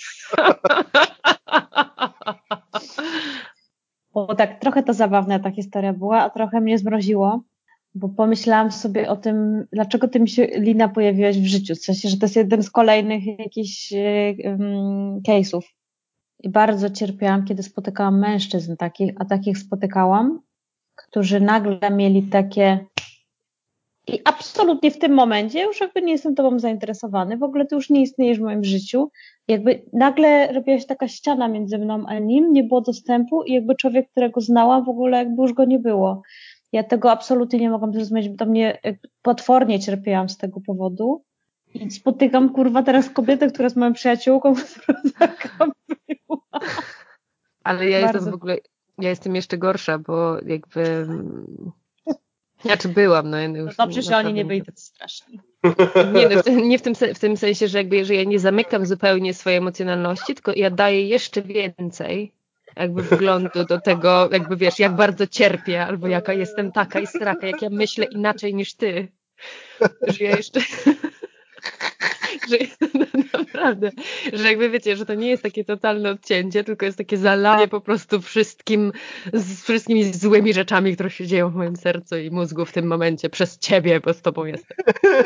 Bo tak trochę to zabawna ta historia była, a trochę mnie zmroziło, bo pomyślałam sobie o tym, dlaczego ty mi się, Lina, pojawiłaś w życiu. W sensie, że to jest jeden z kolejnych jakichś case'ów. I bardzo cierpiałam, kiedy spotykałam mężczyzn takich, a takich spotykałam, którzy nagle mieli takie i absolutnie w tym momencie już jakby nie jestem tobą zainteresowany, w ogóle ty już nie istniejesz w moim życiu. Jakby nagle robiła się taka ściana między mną a nim, nie było dostępu i jakby człowiek, którego znałam, w ogóle jakby już go nie było. Ja tego absolutnie nie mogłam zrozumieć, bo to mnie potwornie cierpiałam z tego powodu. I spotykam, kurwa, teraz kobietę, która jest moją przyjaciółką, która taka była. Ale ja jestem w ogóle, ja jestem jeszcze gorsza, bo jakby... Znaczy byłam, no już. No dobrze, że oni nie byli tacy straszni. Nie, no, nie w tym sensie, że jakby, że ja nie zamykam zupełnie swojej emocjonalności, tylko ja daję jeszcze więcej jakby wglądu do tego, jakby wiesz, jak bardzo cierpię, albo jaka jestem taka i straka, jak ja myślę inaczej niż ty. Że ja jeszcze... że naprawdę, że jakby wiecie, że to nie jest takie totalne odcięcie, tylko jest takie zalanie po prostu z wszystkimi złymi rzeczami, które się dzieją w moim sercu i mózgu w tym momencie przez ciebie, bo z tobą jestem.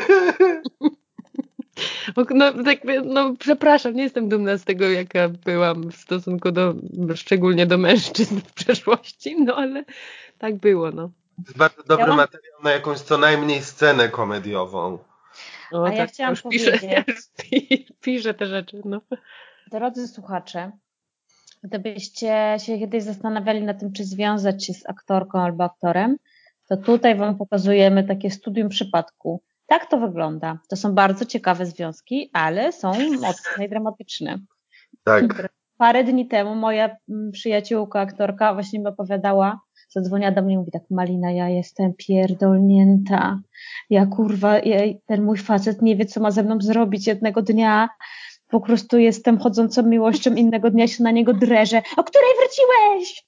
No, jakby, no przepraszam, nie jestem dumna z tego, jaka byłam w stosunku do, szczególnie do mężczyzn w przeszłości, no ale tak było, no. To jest bardzo dobry materiał na jakąś co najmniej scenę komediową. O, a ja tak, chciałam już powiedzieć, piszę te rzeczy, no. drodzy słuchacze, gdybyście się kiedyś zastanawiali nad tym, czy związać się z aktorką albo aktorem, to tutaj wam pokazujemy takie studium przypadku. Tak to wygląda. To są bardzo ciekawe związki, ale są mocne i dramatyczne. Tak. Parę dni temu moja przyjaciółka, aktorka, właśnie mi opowiadała, zadzwoniła do mnie i mówi tak: Malina, ja jestem pierdolnięta. Ja kurwa, ten mój facet nie wie, co ma ze mną zrobić jednego dnia. Po prostu jestem chodzącą miłością, innego dnia się na niego drężę. O której wróciłeś?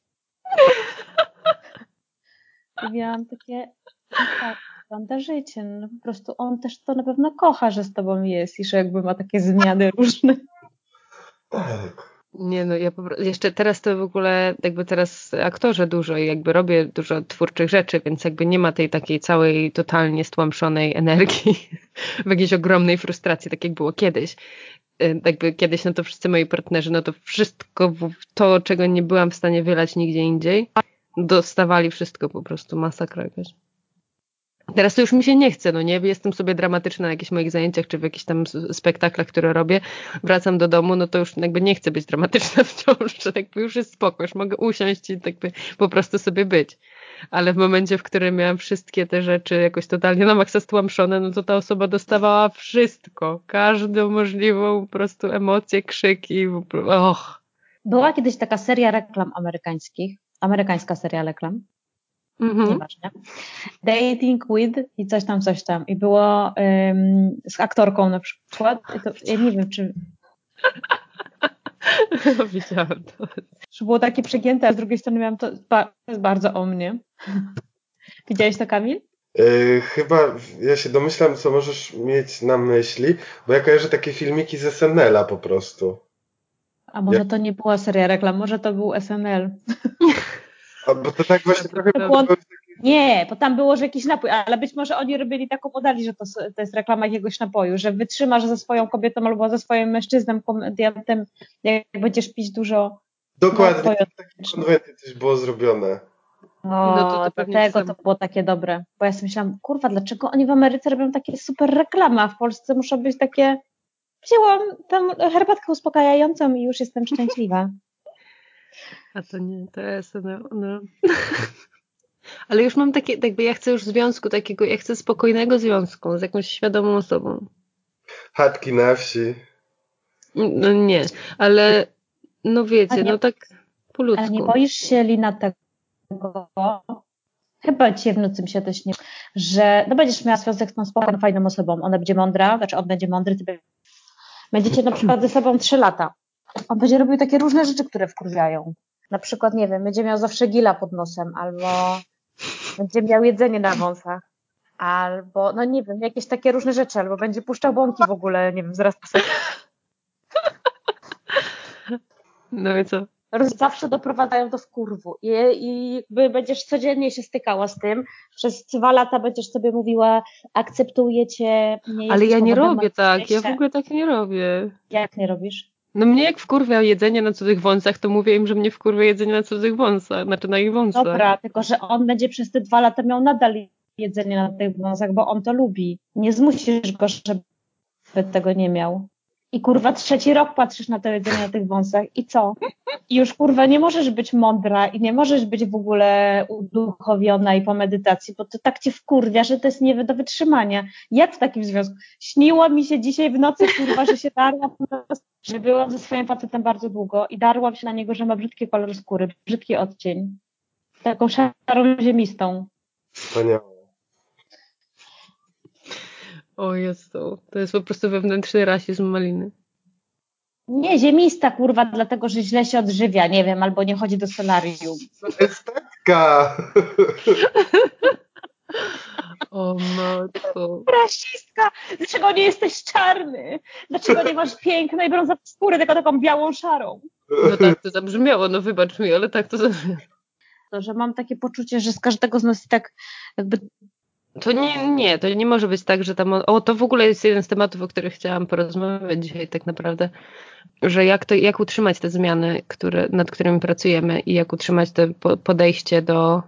I miałam takie, no tak, wygląda życie. No, po prostu on też to na pewno kocha, że z tobą jest i że jakby ma takie zmiany różne. Tak. Nie no, ja jeszcze teraz to w ogóle jakby teraz aktorzę dużo i jakby robię dużo twórczych rzeczy, więc jakby nie ma tej takiej całej totalnie stłamszonej energii w jakiejś ogromnej frustracji, tak jak było kiedyś. Jakby kiedyś no to wszyscy moi partnerzy, no to wszystko to, czego nie byłam w stanie wylać nigdzie indziej, dostawali wszystko po prostu, masakra jakaś. Teraz to już mi się nie chce, no nie? Jestem sobie dramatyczna na jakichś moich zajęciach, czy w jakichś tam spektaklach, które robię. Wracam do domu, no to już jakby nie chcę być dramatyczna wciąż, że jakby już jest spoko, już mogę usiąść i jakby po prostu sobie być. Ale w momencie, w którym miałam wszystkie te rzeczy jakoś totalnie na maksa stłamszone, no to ta osoba dostawała wszystko. Każdą możliwą po prostu emocję, krzyki. Och. Była kiedyś taka seria reklam amerykańskich, amerykańska seria reklam. Nieważne. Dating with i coś tam. I było z aktorką na przykład. I to, ja nie wiem, czy... Widziałam to. Że było takie przegięte, a z drugiej strony miałam to jest bardzo o mnie. Widziałeś to, Kamil? Chyba ja się domyślam, co możesz mieć na myśli, bo ja kojarzę takie filmiki z SNL-a po prostu. A może to nie była seria reklam, może to był SNL. A bo to tak właśnie trochę... Nie, bo tam było, że jakiś napój, ale być może oni robili taką podali, że to jest reklama jakiegoś napoju, że wytrzymasz ze swoją kobietą albo ze swoim mężczyzną, komediantem, jak będziesz pić dużo. Dokładnie, takie konwenty też było zrobione. No to pewnie dlatego to było takie dobre. Bo ja sobie myślałam, kurwa, dlaczego oni w Ameryce robią takie super reklamy, a w Polsce muszą być takie... Wzięłam tam herbatkę uspokajającą i już jestem szczęśliwa. A to nie, to jest no. Ale już mam takie, jakby ja chcę już związku takiego, ja chcę spokojnego związku z jakąś świadomą osobą. Chatki na wsi. No nie, ale no wiecie, no tak po ludzku. Ale nie boisz się, Lina, tego, chyba ci w nocy mi się też nie, że no będziesz miała związek z tą spokojną, fajną osobą, ona będzie mądra, znaczy on będzie mądry, ty będziecie na przykład ze sobą 3 lata. On będzie robił takie różne rzeczy, które wkurwiają. Na przykład, nie wiem, będzie miał zawsze gila pod nosem, albo będzie miał jedzenie na wąsach, albo, no nie wiem, jakieś takie różne rzeczy, albo będzie puszczał bąki w ogóle, nie wiem, zaraz po sobie. No i co? Zawsze doprowadzają do wkurwu i jakby będziesz codziennie się stykała z tym, przez 2 lata będziesz sobie mówiła, akceptuję cię, nie Ale jesteś ja nie powodem robię tak, ja w szczęścia. ogóle tak nie robię. Jak nie robisz? No mnie jak wkurwia jedzenie na cudzych wąsach, to mówię im, że mnie wkurwia jedzenie na cudzych wąsach, znaczy na ich wąsach. Dobra, tylko że on będzie przez te 2 lata miał nadal jedzenie na tych wąsach, bo on to lubi. Nie zmusisz go, żeby tego nie miał. I kurwa 3. rok patrzysz na to jedzenie na tych wąsach i co? I już kurwa nie możesz być mądra i nie możesz być w ogóle uduchowiona i po medytacji, bo to tak cię wkurwia, że to jest nie do wytrzymania. Jak w takim związku? Śniło mi się dzisiaj w nocy, kurwa, że się darłam, że byłam ze swoim facetem bardzo długo i darłam się na niego, że ma brzydki kolor skóry, brzydki odcień. Taką szarą ziemistą. Wspaniałe. O Jezu, to jest po prostu wewnętrzny rasizm Maliny. Nie, ziemista, kurwa, dlatego, że źle się odżywia, nie wiem, albo nie chodzi do solarium. Estetka! O matko. Rasistka! Dlaczego nie jesteś czarny? Dlaczego nie masz pięknej brązowej skóry, tylko taką białą, szarą? No tak to zabrzmiało, no wybacz mi, ale tak to zabrzmiało. To, że mam takie poczucie, że z każdego z nas tak jakby... To nie może być tak, że tam... to w ogóle jest jeden z tematów, o których chciałam porozmawiać dzisiaj tak naprawdę, że jak utrzymać te zmiany, nad którymi pracujemy i jak utrzymać to podejście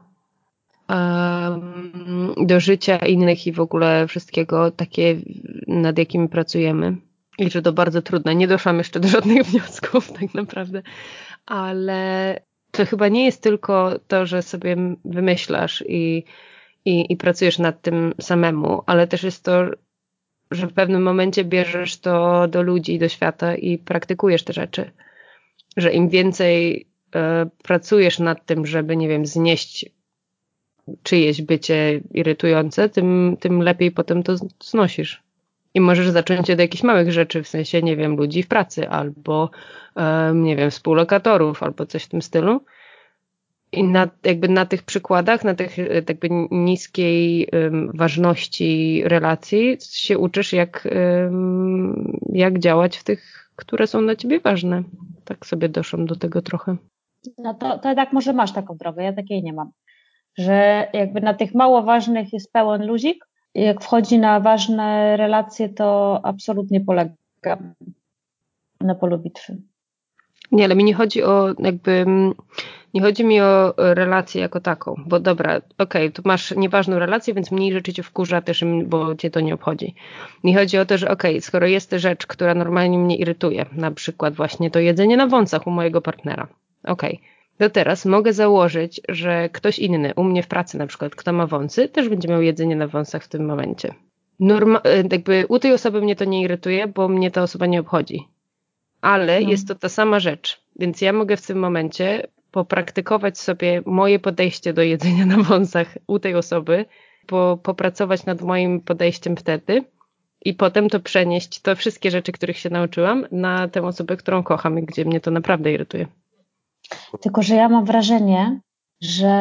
do życia innych i w ogóle wszystkiego takie, nad jakimi pracujemy. I że to bardzo trudne. Nie doszłam jeszcze do żadnych wniosków tak naprawdę, ale to chyba nie jest tylko to, że sobie wymyślasz i pracujesz nad tym samemu, ale też jest to, że w pewnym momencie bierzesz to do ludzi, do świata i praktykujesz te rzeczy. Że im więcej pracujesz nad tym, żeby, nie wiem, znieść czyjeś bycie irytujące, tym lepiej potem to znosisz. I możesz zacząć od jakichś małych rzeczy, w sensie, nie wiem, ludzi w pracy, albo, nie wiem, współlokatorów, albo coś w tym stylu. I na tych przykładach, na tych jakby niskiej ważności relacji się uczysz, jak działać w tych, które są dla ciebie ważne. Tak sobie doszłam do tego trochę. No to jednak może masz taką drogę, ja takiej nie mam. Że jakby na tych mało ważnych jest pełen luzik, jak wchodzi na ważne relacje, to absolutnie polegam na polu bitwy. Nie, ale mi nie chodzi nie chodzi mi o relację jako taką, bo dobra, okej, tu masz nieważną relację, więc mniej rzeczy cię wkurza też, bo cię to nie obchodzi. Mi chodzi o to, że skoro jest to rzecz, która normalnie mnie irytuje, na przykład właśnie to jedzenie na wąsach u mojego partnera, to teraz mogę założyć, że ktoś inny u mnie w pracy na przykład, kto ma wąsy, też będzie miał jedzenie na wąsach w tym momencie. Jakby u tej osoby mnie to nie irytuje, bo mnie ta osoba nie obchodzi. Ale jest to ta sama rzecz, więc ja mogę w tym momencie popraktykować sobie moje podejście do jedzenia na wąsach u tej osoby, popracować nad moim podejściem wtedy i potem to przenieść, to wszystkie rzeczy, których się nauczyłam, na tę osobę, którą kocham i gdzie mnie to naprawdę irytuje. Tylko że ja mam wrażenie, że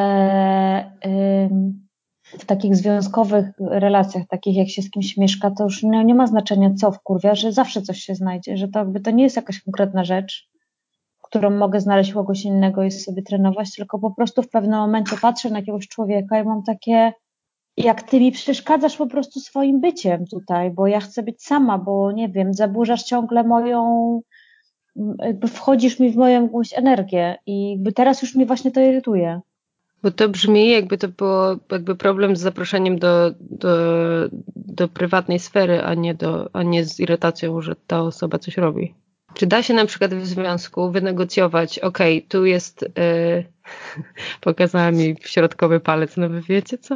w takich związkowych relacjach, takich jak się z kimś mieszka, to już nie ma znaczenia co wkurwia, że zawsze coś się znajdzie, że to jakby to nie jest jakaś konkretna rzecz, którą mogę znaleźć u kogoś innego i sobie trenować, tylko po prostu w pewnym momencie patrzę na jakiegoś człowieka i mam takie, jak ty mi przeszkadzasz po prostu swoim byciem tutaj, bo ja chcę być sama, bo nie wiem, zaburzasz ciągle moją, jakby wchodzisz mi w moją jakąś energię i jakby teraz już mnie właśnie to irytuje. Bo to brzmi, jakby to było jakby problem z zaproszeniem do prywatnej sfery, a nie z irytacją, że ta osoba coś robi. Czy da się na przykład w związku wynegocjować, tu jest, pokazała mi środkowy palec, no wy wiecie co?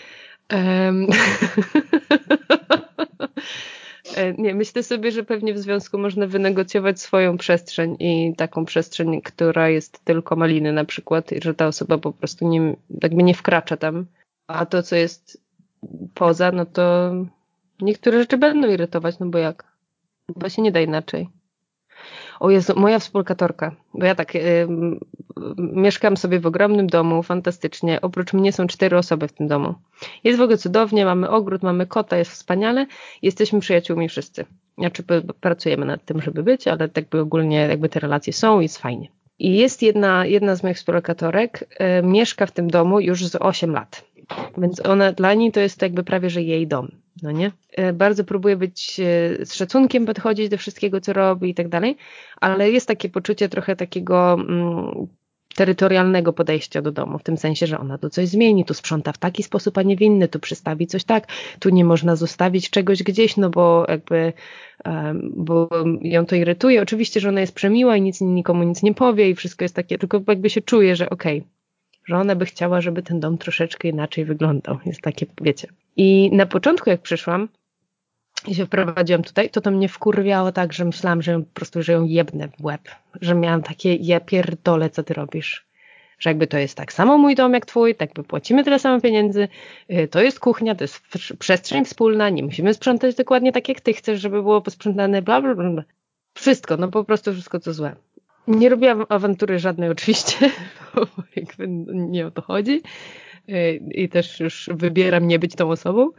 Nie, myślę sobie, że pewnie w związku można wynegocjować swoją przestrzeń i taką przestrzeń, która jest tylko maliny na przykład, i że ta osoba po prostu nie wkracza tam, a to, co jest poza, no to niektóre rzeczy będą irytować, no bo jak? Bo się nie da inaczej. O Jezu, moja współlokatorka, bo ja tak mieszkam sobie w ogromnym domu, fantastycznie, oprócz mnie są 4 osoby w tym domu. Jest w ogóle cudownie, mamy ogród, mamy kota, jest wspaniale, jesteśmy przyjaciółmi wszyscy. Znaczy pracujemy nad tym, żeby być, ale tak by ogólnie jakby te relacje są i jest fajnie. I jest jedna z moich współlokatorek, mieszka w tym domu już z 8 lat. Więc dla niej to jest jakby prawie, że jej dom, no nie? Bardzo próbuje być z szacunkiem podchodzić do wszystkiego, co robi i tak dalej, ale jest takie poczucie trochę takiego terytorialnego podejścia do domu, w tym sensie, że ona tu coś zmieni, tu sprząta w taki sposób, a nie w inny, tu przystawi coś tak, tu nie można zostawić czegoś gdzieś, no bo jakby bo ją to irytuje. Oczywiście, że ona jest przemiła i nikomu nic nie powie i wszystko jest takie, tylko jakby się czuje, że że ona by chciała, żeby ten dom troszeczkę inaczej wyglądał. Jest takie, wiecie. I na początku, jak przyszłam i się wprowadziłam tutaj, to mnie wkurwiało tak, że myślałam, że po prostu, że ją jebnę w łeb. Że miałam takie, ja pierdolę, co ty robisz. Że jakby to jest tak samo mój dom jak twój, tak by płacimy tyle samo pieniędzy, to jest kuchnia, to jest przestrzeń wspólna, nie musimy sprzątać dokładnie tak, jak ty chcesz, żeby było posprzątane, bla, bla, bla. Wszystko, no po prostu wszystko, co złe. Nie robiłam awantury żadnej oczywiście, bo jakby nie o to chodzi i też już wybieram nie być tą osobą.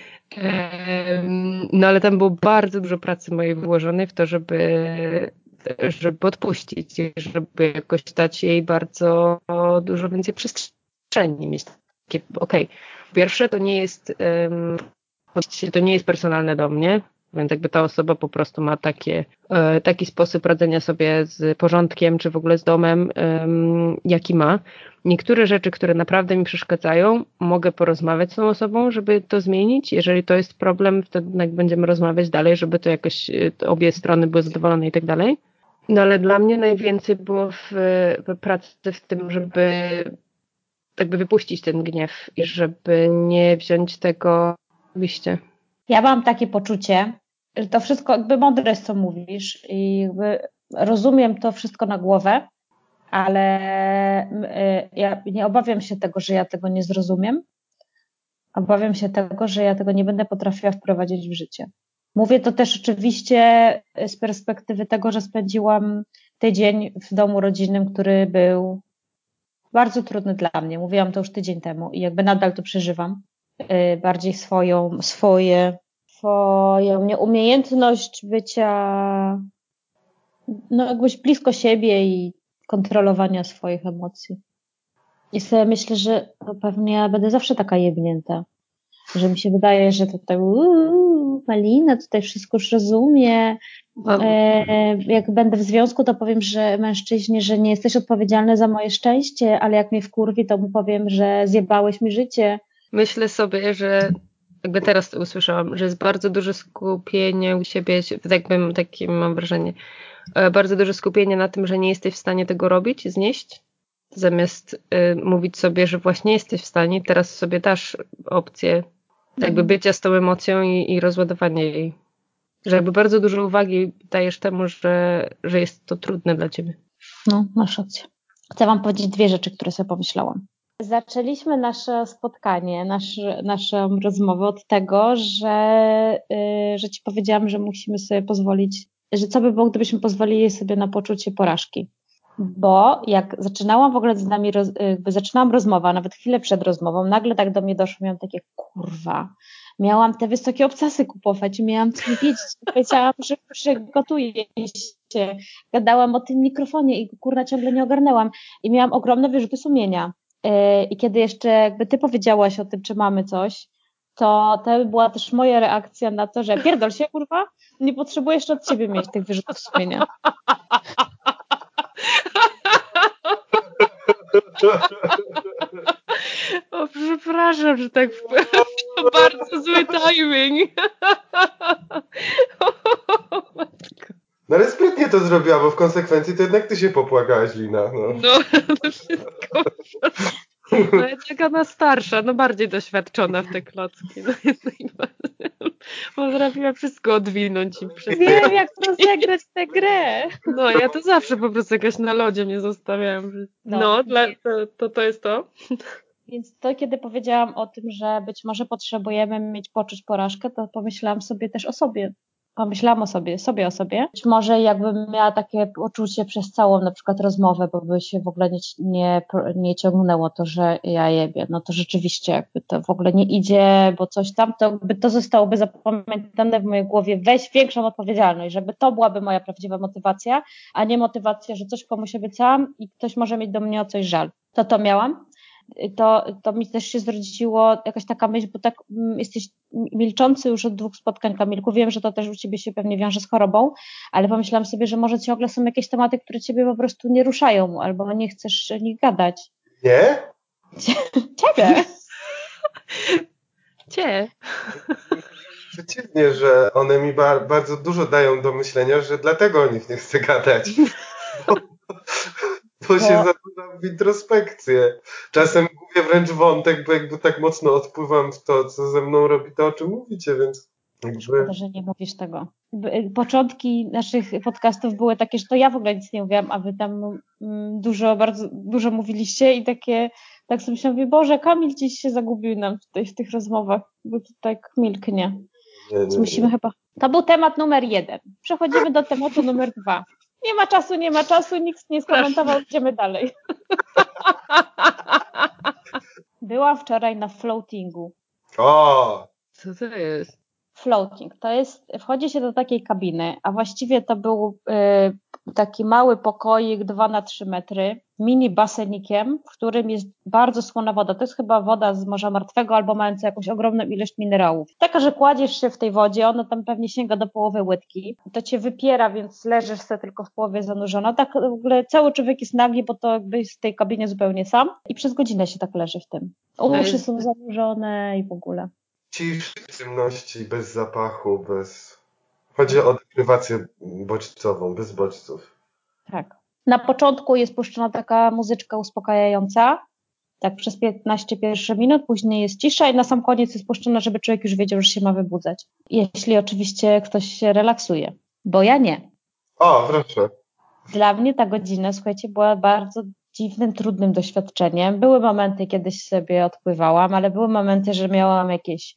No ale tam było bardzo dużo pracy mojej włożonej w to, żeby odpuścić, żeby jakoś dać jej bardzo dużo więcej przestrzeni. Mieć takie, pierwsze to nie jest personalne do mnie, więc jakby ta osoba po prostu ma taki sposób radzenia sobie z porządkiem, czy w ogóle z domem, jaki ma. Niektóre rzeczy, które naprawdę mi przeszkadzają, mogę porozmawiać z tą osobą, żeby to zmienić. Jeżeli to jest problem, wtedy będziemy rozmawiać dalej, żeby to jakoś obie strony były zadowolone i tak dalej. No ale dla mnie najwięcej było w pracy w tym, żeby jakby wypuścić ten gniew i żeby nie wziąć tego oczywiście. Ja mam takie poczucie, że to wszystko jakby mądre jest, co mówisz i jakby rozumiem to wszystko na głowę, ale ja nie obawiam się tego, że ja tego nie zrozumiem. Obawiam się tego, że ja tego nie będę potrafiła wprowadzić w życie. Mówię to też oczywiście z perspektywy tego, że spędziłam tydzień w domu rodzinnym, który był bardzo trudny dla mnie. Mówiłam to już tydzień temu i jakby nadal to przeżywam. Bardziej swoją nieumiejętność bycia jakbyś blisko siebie i kontrolowania swoich emocji. I sobie myślę, że pewnie ja będę zawsze taka jebnięta, że mi się wydaje, że tutaj Malina tutaj wszystko już rozumie. Jak będę w związku, to powiem, że mężczyźnie, że nie jesteś odpowiedzialny za moje szczęście, ale jak mnie wkurwi, to mu powiem, że zjebałeś mi życie. Myślę sobie, że jakby teraz to usłyszałam, że jest bardzo duże skupienie u siebie, takie mam wrażenie, bardzo duże skupienie na tym, że nie jesteś w stanie tego robić, znieść, zamiast mówić sobie, że właśnie jesteś w stanie, teraz sobie dasz opcję jakby bycia z tą emocją i rozładowania jej. Że jakby bardzo dużo uwagi dajesz temu, że jest to trudne dla ciebie. No, masz rację. Chcę wam powiedzieć 2 rzeczy, które sobie pomyślałam. Zaczęliśmy nasze spotkanie, naszą rozmowę od tego, że ci powiedziałam, że musimy sobie pozwolić, że co by było, gdybyśmy pozwolili sobie na poczucie porażki. Bo jak zaczynałam w ogóle z nami, zaczynałam rozmowę, nawet chwilę przed rozmową, nagle tak do mnie doszło, miałam takie, kurwa, miałam te wysokie obcasy kupować, miałam coś wiedzieć, powiedziałam, że przygotuję się, gadałam o tym mikrofonie i kurna ciągle nie ogarnęłam i miałam ogromne wyrzuty sumienia. I kiedy jeszcze jakby ty powiedziałaś o tym, czy mamy coś, to była też moja reakcja na to, że pierdol się, kurwa, nie potrzebuję jeszcze od ciebie mieć tych wyrzutów sumienia. przepraszam, że tak to bardzo zły timing. Matko. No ale sprytnie to zrobiła, bo w konsekwencji to jednak ty się popłakałaś, Lina. No, To wszystko. No jednak ona starsza, no bardziej doświadczona w te klocki. No jednak potrafiła wszystko odwinąć i Wiem, jak rozegrać tę grę. No, ja to zawsze po prostu jakoś na lodzie mnie zostawiałam. To jest to. Więc to, kiedy powiedziałam o tym, że być może potrzebujemy poczuć porażkę, to pomyślałam sobie też o sobie. Pomyślałam o sobie. Być może jakbym miała takie poczucie przez całą na przykład rozmowę, bo by się w ogóle nie ciągnęło to, że ja jebie, no to rzeczywiście jakby to w ogóle nie idzie, bo coś tam, to by to zostałoby zapamiętane w mojej głowie, weź większą odpowiedzialność, żeby to byłaby moja prawdziwa motywacja, a nie motywacja, że coś komuś obiecałam i ktoś może mieć do mnie o coś żal. To miałam. To mi też się zrodziło jakaś taka myśl, bo tak jesteś milczący już od 2 spotkań, Kamilku. Wiem, że to też u ciebie się pewnie wiąże z chorobą, ale pomyślałam sobie, że może ciągle są jakieś tematy, które ciebie po prostu nie ruszają, albo nie chcesz o nich gadać. Nie? Ciebie? Cię. Przeciwnie, że one mi bardzo dużo dają do myślenia, że dlatego o nich nie chcę gadać. Bo się zanurzam w introspekcję. Czasem gubię wręcz wątek, bo jakby tak mocno odpływam w to, co ze mną robi, to o czym mówicie, więc jakby... Szkoda, że nie mówisz tego. Początki naszych podcastów były takie, że to ja w ogóle nic nie mówiłam, a wy tam bardzo dużo mówiliście i tak sobie myślałam, Boże, Kamil gdzieś się zagubił nam tutaj w tych rozmowach, bo to tak milknie. Nie. Musimy chyba... To był temat numer 1. Przechodzimy do tematu numer 2. Nie ma czasu, nikt nie skomentował, idziemy dalej. Byłam wczoraj na floatingu. O! Co to jest? Floating to jest, wchodzi się do takiej kabiny, a właściwie to był taki mały pokoik 2x3 metry, mini basenikiem, w którym jest bardzo słona woda. To jest chyba woda z Morza Martwego albo mająca jakąś ogromną ilość minerałów. Taka, że kładziesz się w tej wodzie, ona tam pewnie sięga do połowy łydki. To cię wypiera, więc leżysz sobie tylko w połowie zanurzona. Tak w ogóle cały człowiek jest nagi, bo to jakby jest w tej kabinie zupełnie sam i przez godzinę się tak leży w tym. Uszy są zanurzone i w ogóle. Ciszy, ciemności, bez zapachu, Chodzi o deprywację bodźcową, bez bodźców. Tak. Na początku jest puszczona taka muzyczka uspokajająca, tak przez 15 pierwszych minut, później jest cisza i na sam koniec jest puszczona, żeby człowiek już wiedział, że się ma wybudzać. Jeśli oczywiście ktoś się relaksuje, bo ja nie. O, proszę. Dla mnie ta godzina, słuchajcie, była bardzo dziwnym, trudnym doświadczeniem. Były momenty, kiedy sobie odpływałam, ale były momenty, że miałam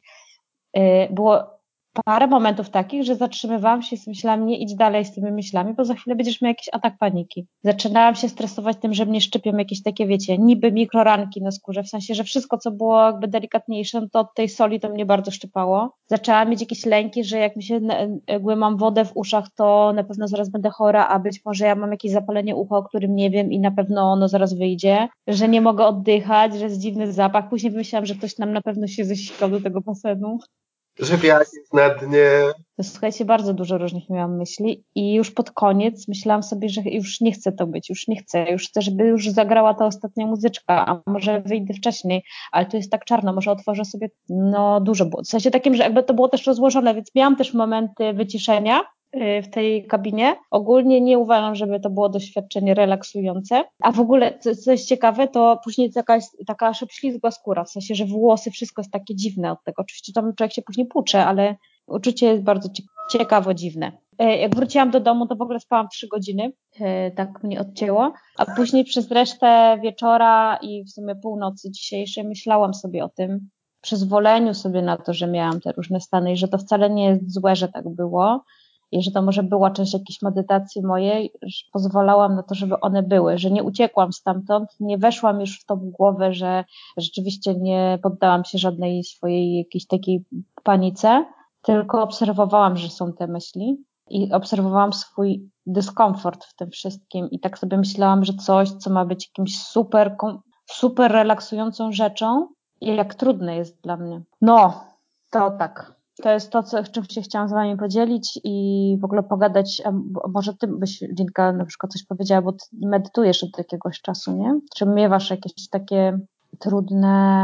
było parę momentów takich, że zatrzymywałam się z myślami, nie idź dalej z tymi myślami, bo za chwilę będziesz miał jakiś atak paniki. Zaczynałam się stresować tym, że mnie szczypią jakieś takie, wiecie, niby mikroranki na skórze, w sensie, że wszystko, co było jakby delikatniejsze, to od tej soli to mnie bardzo szczypało. Zaczęłam mieć jakieś lęki, że jak mi się jakby mam wodę w uszach, to na pewno zaraz będę chora, a być może ja mam jakieś zapalenie ucha, o którym nie wiem i na pewno ono zaraz wyjdzie, że nie mogę oddychać, że jest dziwny zapach. Później myślałam, że ktoś nam na pewno się zesikał do tego basenu. Że wiatr jest na dnie. Słuchajcie, bardzo dużo różnych miałam myśli i już pod koniec myślałam sobie, że już nie chcę to być, już chcę, żeby już zagrała ta ostatnia muzyczka, a może wyjdę wcześniej, ale tu jest tak czarno, może otworzę sobie, dużo było. W sensie takim, że jakby to było też rozłożone, więc miałam też momenty wyciszenia w tej kabinie. Ogólnie nie uważam, żeby to było doświadczenie relaksujące, a w ogóle, co jest ciekawe, to później taka ślizgła skóra, w sensie, że włosy, wszystko jest takie dziwne od tego. Oczywiście tam człowiek się później płucze, ale uczucie jest bardzo ciekawo dziwne. Jak wróciłam do domu, to w ogóle spałam 3 godziny, tak mnie odcięło, a później przez resztę wieczora i w sumie północy dzisiejszej myślałam sobie o tym, przyzwoleniu sobie na to, że miałam te różne stany i że to wcale nie jest złe, że tak było i że to może była część jakiejś medytacji mojej, że pozwalałam na to, żeby one były, że nie uciekłam stamtąd, nie weszłam już w tą głowę, że rzeczywiście nie poddałam się żadnej swojej jakiejś takiej panice, tylko obserwowałam, że są te myśli i obserwowałam swój dyskomfort w tym wszystkim i tak sobie myślałam, że coś, co ma być jakimś super relaksującą rzeczą i jak trudne jest dla mnie. To tak. To jest to, czym się chciałam z wami podzielić i w ogóle pogadać, a może ty byś, Linka, na przykład coś powiedziała, bo ty medytujesz od jakiegoś czasu, nie? Czy miewasz jakieś takie trudne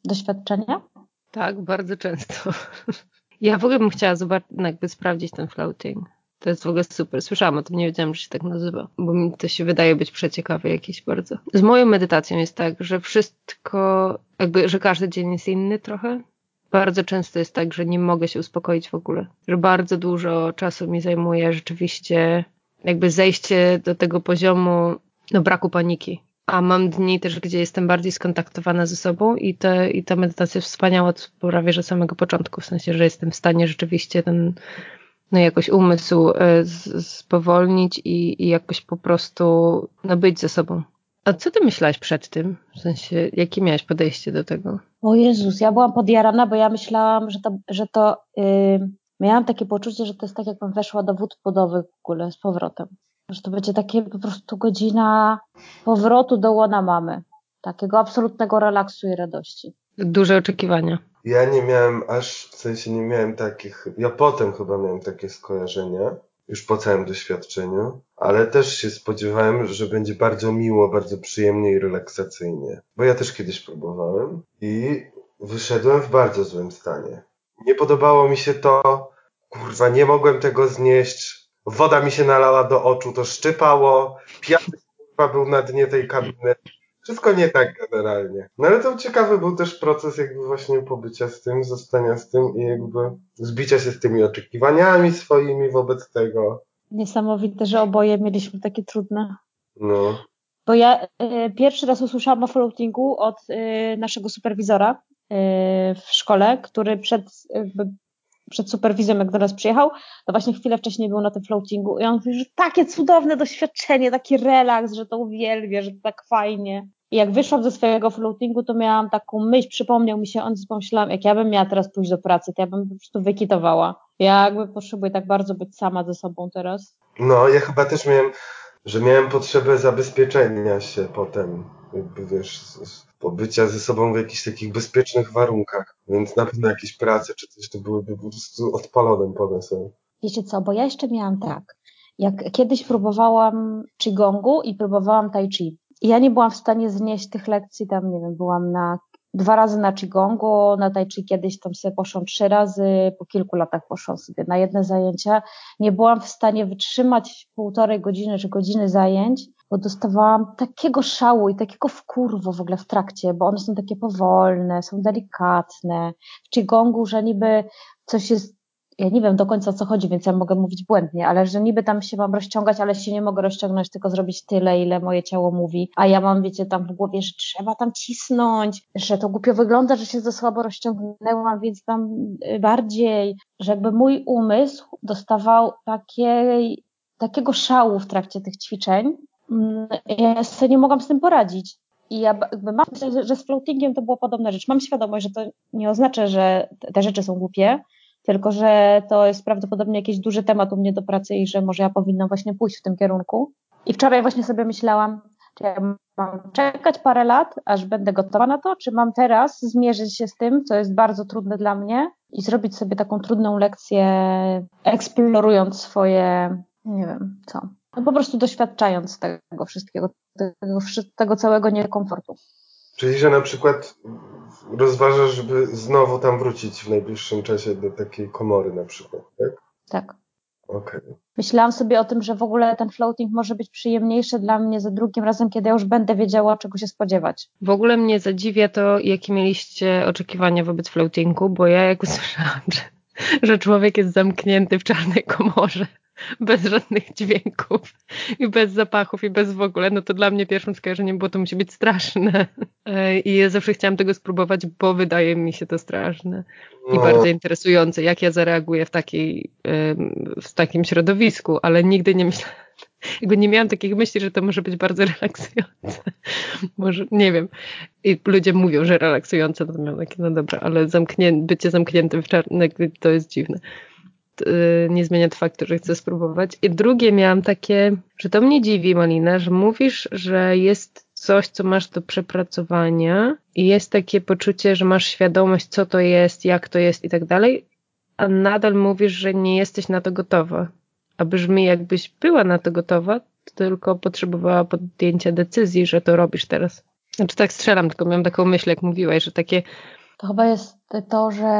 doświadczenia? Tak, bardzo często. Ja w ogóle bym chciała jakby sprawdzić ten floating. To jest w ogóle super. Słyszałam o tym, nie wiedziałam, że się tak nazywa, bo mi to się wydaje być przeciekawe jakieś bardzo. Z moją medytacją jest tak, że wszystko, jakby, że każdy dzień jest inny trochę. Bardzo często jest tak, że nie mogę się uspokoić w ogóle. Że bardzo dużo czasu mi zajmuje rzeczywiście jakby zejście do tego poziomu braku paniki. A mam dni też, gdzie jestem bardziej skontaktowana ze sobą i ta medytacja jest wspaniała od prawie że samego początku. W sensie, że jestem w stanie rzeczywiście jakoś umysł spowolnić i jakoś po prostu być ze sobą. A co ty myślałaś przed tym? W sensie, jakie miałaś podejście do tego? O Jezus, ja byłam podjarana, bo ja myślałam, miałam takie poczucie, że to jest tak, jakbym weszła do wód podowych w ogóle z powrotem. Że to będzie takie po prostu godzina powrotu do łona mamy. Takiego absolutnego relaksu i radości. Duże oczekiwania. Ja nie miałem w sensie nie miałem takich, ja potem chyba miałem takie skojarzenia, już po całym doświadczeniu, ale też się spodziewałem, że będzie bardzo miło, bardzo przyjemnie i relaksacyjnie. Bo ja też kiedyś próbowałem i wyszedłem w bardzo złym stanie. Nie podobało mi się to, kurwa, nie mogłem tego znieść, woda mi się nalała do oczu, to szczypało, piasek kurwa był na dnie tej kabiny. Wszystko nie tak generalnie. No ale to ciekawy był też proces jakby właśnie pobycia z tym, zostania z tym i jakby zbicia się z tymi oczekiwaniami swoimi wobec tego. Niesamowite, że oboje mieliśmy takie trudne. No. Bo ja pierwszy raz usłyszałam o floatingu od naszego superwizora w szkole, który przed superwizją, jak do nas przyjechał, to właśnie chwilę wcześniej był na tym floatingu i on mówi, że takie cudowne doświadczenie, taki relaks, że to uwielbia, że to tak fajnie. I jak wyszłam ze swojego floatingu, to miałam taką myśl, przypomniał mi się on, pomyślałam, jak ja bym miała teraz pójść do pracy, to ja bym po prostu wykitowała. Ja jakby potrzebuję tak bardzo być sama ze sobą teraz. No, ja chyba też miałem potrzebę zabezpieczenia się potem, jakby wiesz, pobycia ze sobą w jakichś takich bezpiecznych warunkach, więc na pewno jakieś prace czy coś to byłyby po prostu odpalonym pomysłem. Wiecie co, bo ja jeszcze miałam tak, jak kiedyś próbowałam Qigongu i próbowałam Tai Chi. I ja nie byłam w stanie znieść tych lekcji, tam nie wiem, byłam 2 razy na Qigongu, na Tai Chi kiedyś tam sobie poszłam 3 razy, po kilku latach poszłam sobie na jedne zajęcia. Nie byłam w stanie wytrzymać 1,5 godziny czy godziny zajęć, bo dostawałam takiego szału i takiego wkurwu w ogóle w trakcie, bo one są takie powolne, są delikatne. W Qigongu, że niby coś jest, ja nie wiem do końca o co chodzi, więc ja mogę mówić błędnie, ale że niby tam się mam rozciągać, ale się nie mogę rozciągnąć, tylko zrobić tyle, ile moje ciało mówi, a ja mam, wiecie, tam w głowie, że trzeba tam cisnąć, że to głupio wygląda, że się za słabo rozciągnęłam, więc tam bardziej, że jakby mój umysł dostawał takiego szału w trakcie tych ćwiczeń, ja sobie nie mogłam z tym poradzić. I ja jakby myślę, że z floatingiem to była podobna rzecz. Mam świadomość, że to nie oznacza, że te rzeczy są głupie, tylko że to jest prawdopodobnie jakiś duży temat u mnie do pracy i że może ja powinnam właśnie pójść w tym kierunku. I wczoraj właśnie sobie myślałam, czy ja mam czekać parę lat, aż będę gotowa na to, czy mam teraz zmierzyć się z tym, co jest bardzo trudne dla mnie i zrobić sobie taką trudną lekcję, eksplorując swoje, nie wiem co, no po prostu doświadczając tego wszystkiego, tego całego niekomfortu. Czyli, że na przykład rozważasz, żeby znowu tam wrócić w najbliższym czasie do takiej komory na przykład, tak? Tak. Okej. Myślałam sobie o tym, że w ogóle ten floating może być przyjemniejszy dla mnie za drugim razem, kiedy ja już będę wiedziała, czego się spodziewać. W ogóle mnie zadziwia to, jakie mieliście oczekiwania wobec floatingu, bo ja jak usłyszałam, że człowiek jest zamknięty w czarnej komorze, bez żadnych dźwięków i bez zapachów i bez w ogóle, no to dla mnie pierwszym skojarzeniem było, to musi być straszne. I ja zawsze chciałam tego spróbować, bo wydaje mi się to straszne i bardzo interesujące, jak ja zareaguję w takim środowisku, ale nigdy nie myślałam, jakby nie miałam takich myśli, że to może być bardzo relaksujące. Może, nie wiem. I ludzie mówią, że relaksujące, to miałam takie, no dobra, ale bycie zamkniętym w czarnym, to jest dziwne. Nie zmienia to faktu, że chcę spróbować. I drugie miałam takie, że to mnie dziwi, Malina, że mówisz, że jest coś, co masz do przepracowania i jest takie poczucie, że masz świadomość, co to jest, jak to jest i tak dalej, a nadal mówisz, że nie jesteś na to gotowa. A brzmi, jakbyś była na to gotowa, tylko potrzebowała podjęcia decyzji, że to robisz teraz. Znaczy tak strzelam, tylko miałam taką myśl, jak mówiłaś, że takie... To chyba jest to, że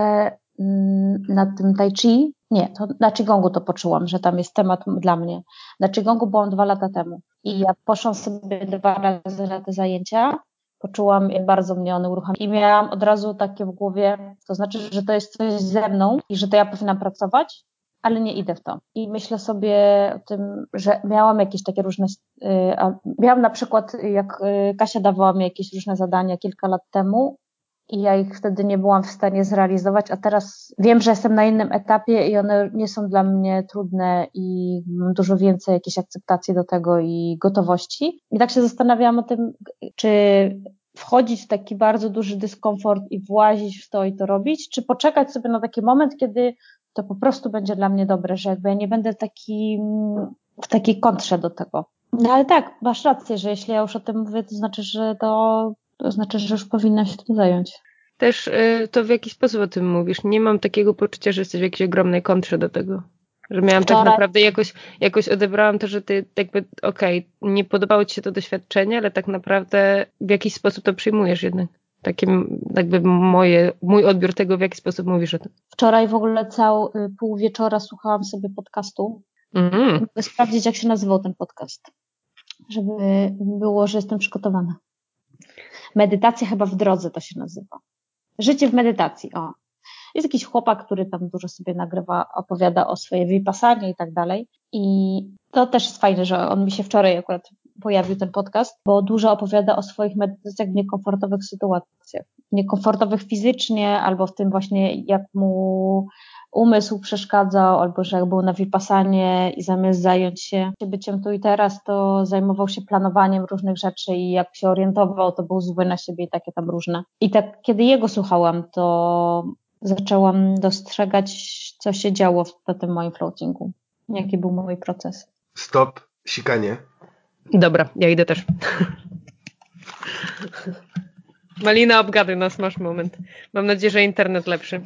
na tym tai chi, nie, to na Qigongu to poczułam, że tam jest temat dla mnie. Na Qigongu byłam 2 lata temu i ja poszłam sobie 2 razy na te zajęcia, poczułam, jak bardzo mnie one uruchomiły i miałam od razu takie w głowie, to znaczy, że to jest coś ze mną i że to ja powinnam pracować, ale nie idę w to. I myślę sobie o tym, że miałam jakieś takie różne, miałam na przykład, jak Kasia dawała mi jakieś różne zadania kilka lat temu i ja ich wtedy nie byłam w stanie zrealizować, a teraz wiem, że jestem na innym etapie i one nie są dla mnie trudne i mam dużo więcej jakiejś akceptacji do tego i gotowości. I tak się zastanawiałam o tym, czy wchodzić w taki bardzo duży dyskomfort i włazić w to i to robić, czy poczekać sobie na taki moment, kiedy to po prostu będzie dla mnie dobre, że jakby ja nie będę w takiej kontrze do tego. No ale tak, masz rację, że jeśli ja już o tym mówię, to znaczy, że już powinnam się tym zająć. Też to w jaki sposób o tym mówisz? Nie mam takiego poczucia, że jesteś w jakiejś ogromnej kontrze do tego. Że miałam tak naprawdę jakoś odebrałam to, że ty jakby nie podobało ci się to doświadczenie, ale tak naprawdę w jakiś sposób to przyjmujesz jednak. Takim jakby mój odbiór tego, w jaki sposób mówisz o tym. Wczoraj w ogóle pół wieczora słuchałam sobie podcastu. Mogę sprawdzić, jak się nazywał ten podcast, żeby było, że jestem przygotowana. Medytacja chyba w drodze to się nazywa. Życie w medytacji, o. Jest jakiś chłopak, który tam dużo sobie nagrywa, opowiada o swojej vipassanie i tak dalej. I to też jest fajne, że on mi się wczoraj akurat pojawił ten podcast, bo dużo opowiada o swoich medytacjach w niekomfortowych sytuacjach. Niekomfortowych fizycznie, albo w tym właśnie, jak mu umysł przeszkadzał, albo że jak był na vipassanie i zamiast zająć się byciem tu i teraz, to zajmował się planowaniem różnych rzeczy i jak się orientował, to był zły na siebie i takie tam różne. I tak, kiedy jego słuchałam, to zaczęłam dostrzegać, co się działo na tym moim floatingu. Jaki był mój proces. Stop, sikanie. Dobra, ja idę też. Malina, obgaduj nas, masz moment. Mam nadzieję, że internet lepszy.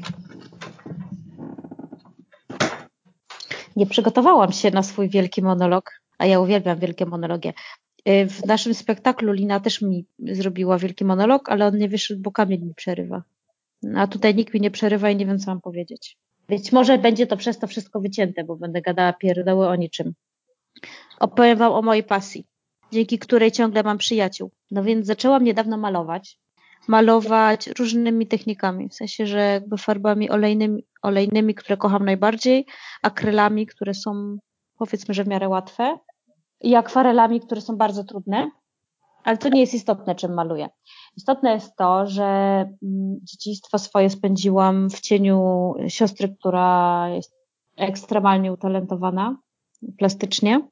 Nie przygotowałam się na swój wielki monolog, a ja uwielbiam wielkie monologie. W naszym spektaklu Lina też mi zrobiła wielki monolog, ale on nie wyszedł, bo Kamil mi przerywa. A tutaj nikt mi nie przerywa i nie wiem, co mam powiedzieć. Być może będzie to przez to wszystko wycięte, bo będę gadała pierdoły o niczym. Opowiem wam o mojej pasji, dzięki której ciągle mam przyjaciół. No więc zaczęłam niedawno malować różnymi technikami, w sensie, że jakby farbami olejnymi, które kocham najbardziej, akrylami, które są, powiedzmy, że w miarę łatwe, i akwarelami, które są bardzo trudne, ale to nie jest istotne, czym maluję. Istotne jest to, że dzieciństwo swoje spędziłam w cieniu siostry, która jest ekstremalnie utalentowana plastycznie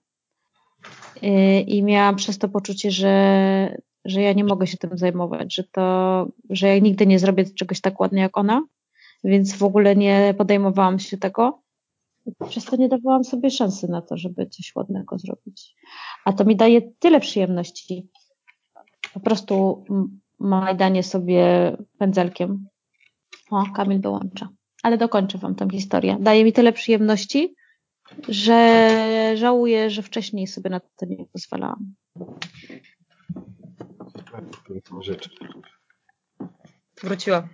i miałam przez to poczucie, że ja nie mogę się tym zajmować, że ja nigdy nie zrobię czegoś tak ładnie jak ona, więc w ogóle nie podejmowałam się tego. Przez to nie dawałam sobie szansy na to, żeby coś ładnego zrobić. A to mi daje tyle przyjemności. Po prostu majdanie sobie pędzelkiem. O, Kamil dołącza. Ale dokończę wam tę historię. Daje mi tyle przyjemności, że żałuję, że wcześniej sobie na to nie pozwalałam. Rzeczy. Wróciła.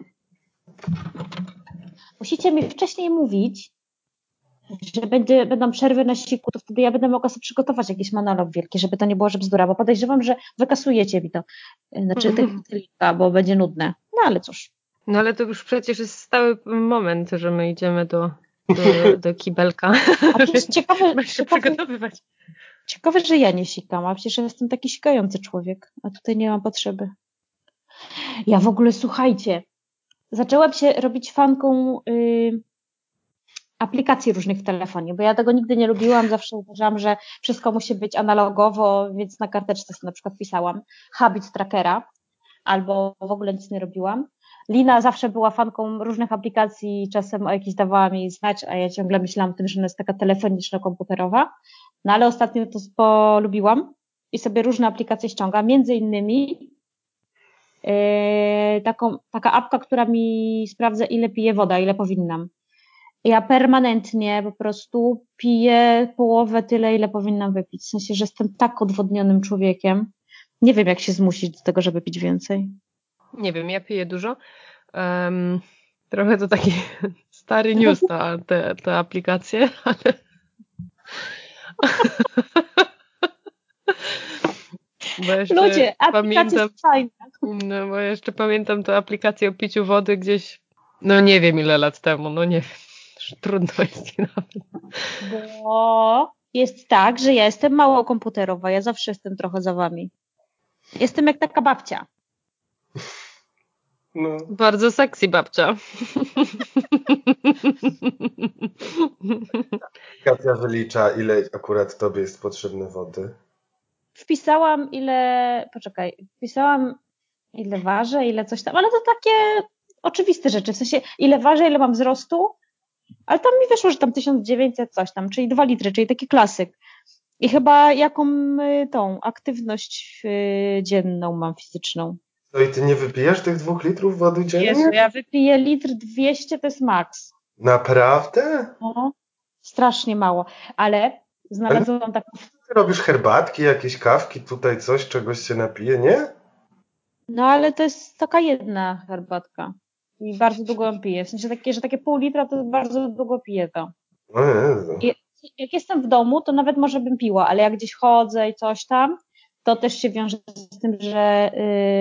Musicie mi wcześniej mówić, że będą przerwy na siku, to wtedy ja będę mogła sobie przygotować jakiś monolog wielki, żeby to nie było, że bzdura, bo podejrzewam, że wykasujecie mi to. Znaczy, bo będzie nudne. No ale cóż. No ale to już przecież jest stały moment, że my idziemy do kibelka. A to jest ciekawe, się przygotowywać. Ciekawe, że ja nie sikam, a przecież jestem taki sikający człowiek, a tutaj nie mam potrzeby. Ja w ogóle, słuchajcie, zaczęłam się robić fanką aplikacji różnych w telefonie, bo ja tego nigdy nie lubiłam, zawsze uważałam, że wszystko musi być analogowo, więc na karteczce sobie na przykład pisałam habit trackera, albo w ogóle nic nie robiłam. Lina zawsze była fanką różnych aplikacji, czasem o jakiejś dawała mi znać, a ja ciągle myślałam o tym, że ona jest taka telefoniczno-komputerowa, no ale ostatnio to polubiłam i sobie różne aplikacje ściągam, między innymi taka apka, która mi sprawdza, ile piję woda, ile powinnam. Ja permanentnie po prostu piję połowę tyle, ile powinnam wypić. W sensie, że jestem tak odwodnionym człowiekiem. Nie wiem, jak się zmusić do tego, żeby pić więcej. Nie wiem, ja piję dużo. Trochę to taki stary news, te aplikacje, ale... Bo jeszcze Ludzie, aplikacje są fajne. No bo jeszcze pamiętam tę aplikację o piciu wody gdzieś, no nie wiem ile lat temu, no nie wiem, trudno jest mi nawet. Bo jest tak, że ja jestem mało komputerowa, ja zawsze jestem trochę za wami. Jestem jak taka babcia. No. Bardzo sexy babcia. Aplikacja wylicza, ile akurat tobie jest potrzebne wody. Wpisałam ile ważę, ile coś tam, ale to takie oczywiste rzeczy, w sensie ile ważę, ile mam wzrostu, ale tam mi wyszło, że tam 1900 coś tam, czyli 2 litry, czyli taki klasyk. I chyba jaką tą aktywność dzienną mam fizyczną. No i ty nie wypijasz tych 2 litrów wody dziennie? Jezu, ja wypiję 1,2 to jest maks. Naprawdę? No, strasznie mało, ale znalazłam taką... Ty robisz herbatki, jakieś kawki, tutaj coś, czegoś się napije, nie? No ale to jest taka jedna herbatka i bardzo długo ją piję. W sensie takie, że takie pół litra to bardzo długo piję to. O Jezu. I jak jestem w domu, to nawet może bym piła, ale jak gdzieś chodzę i coś tam, to też się wiąże z tym, że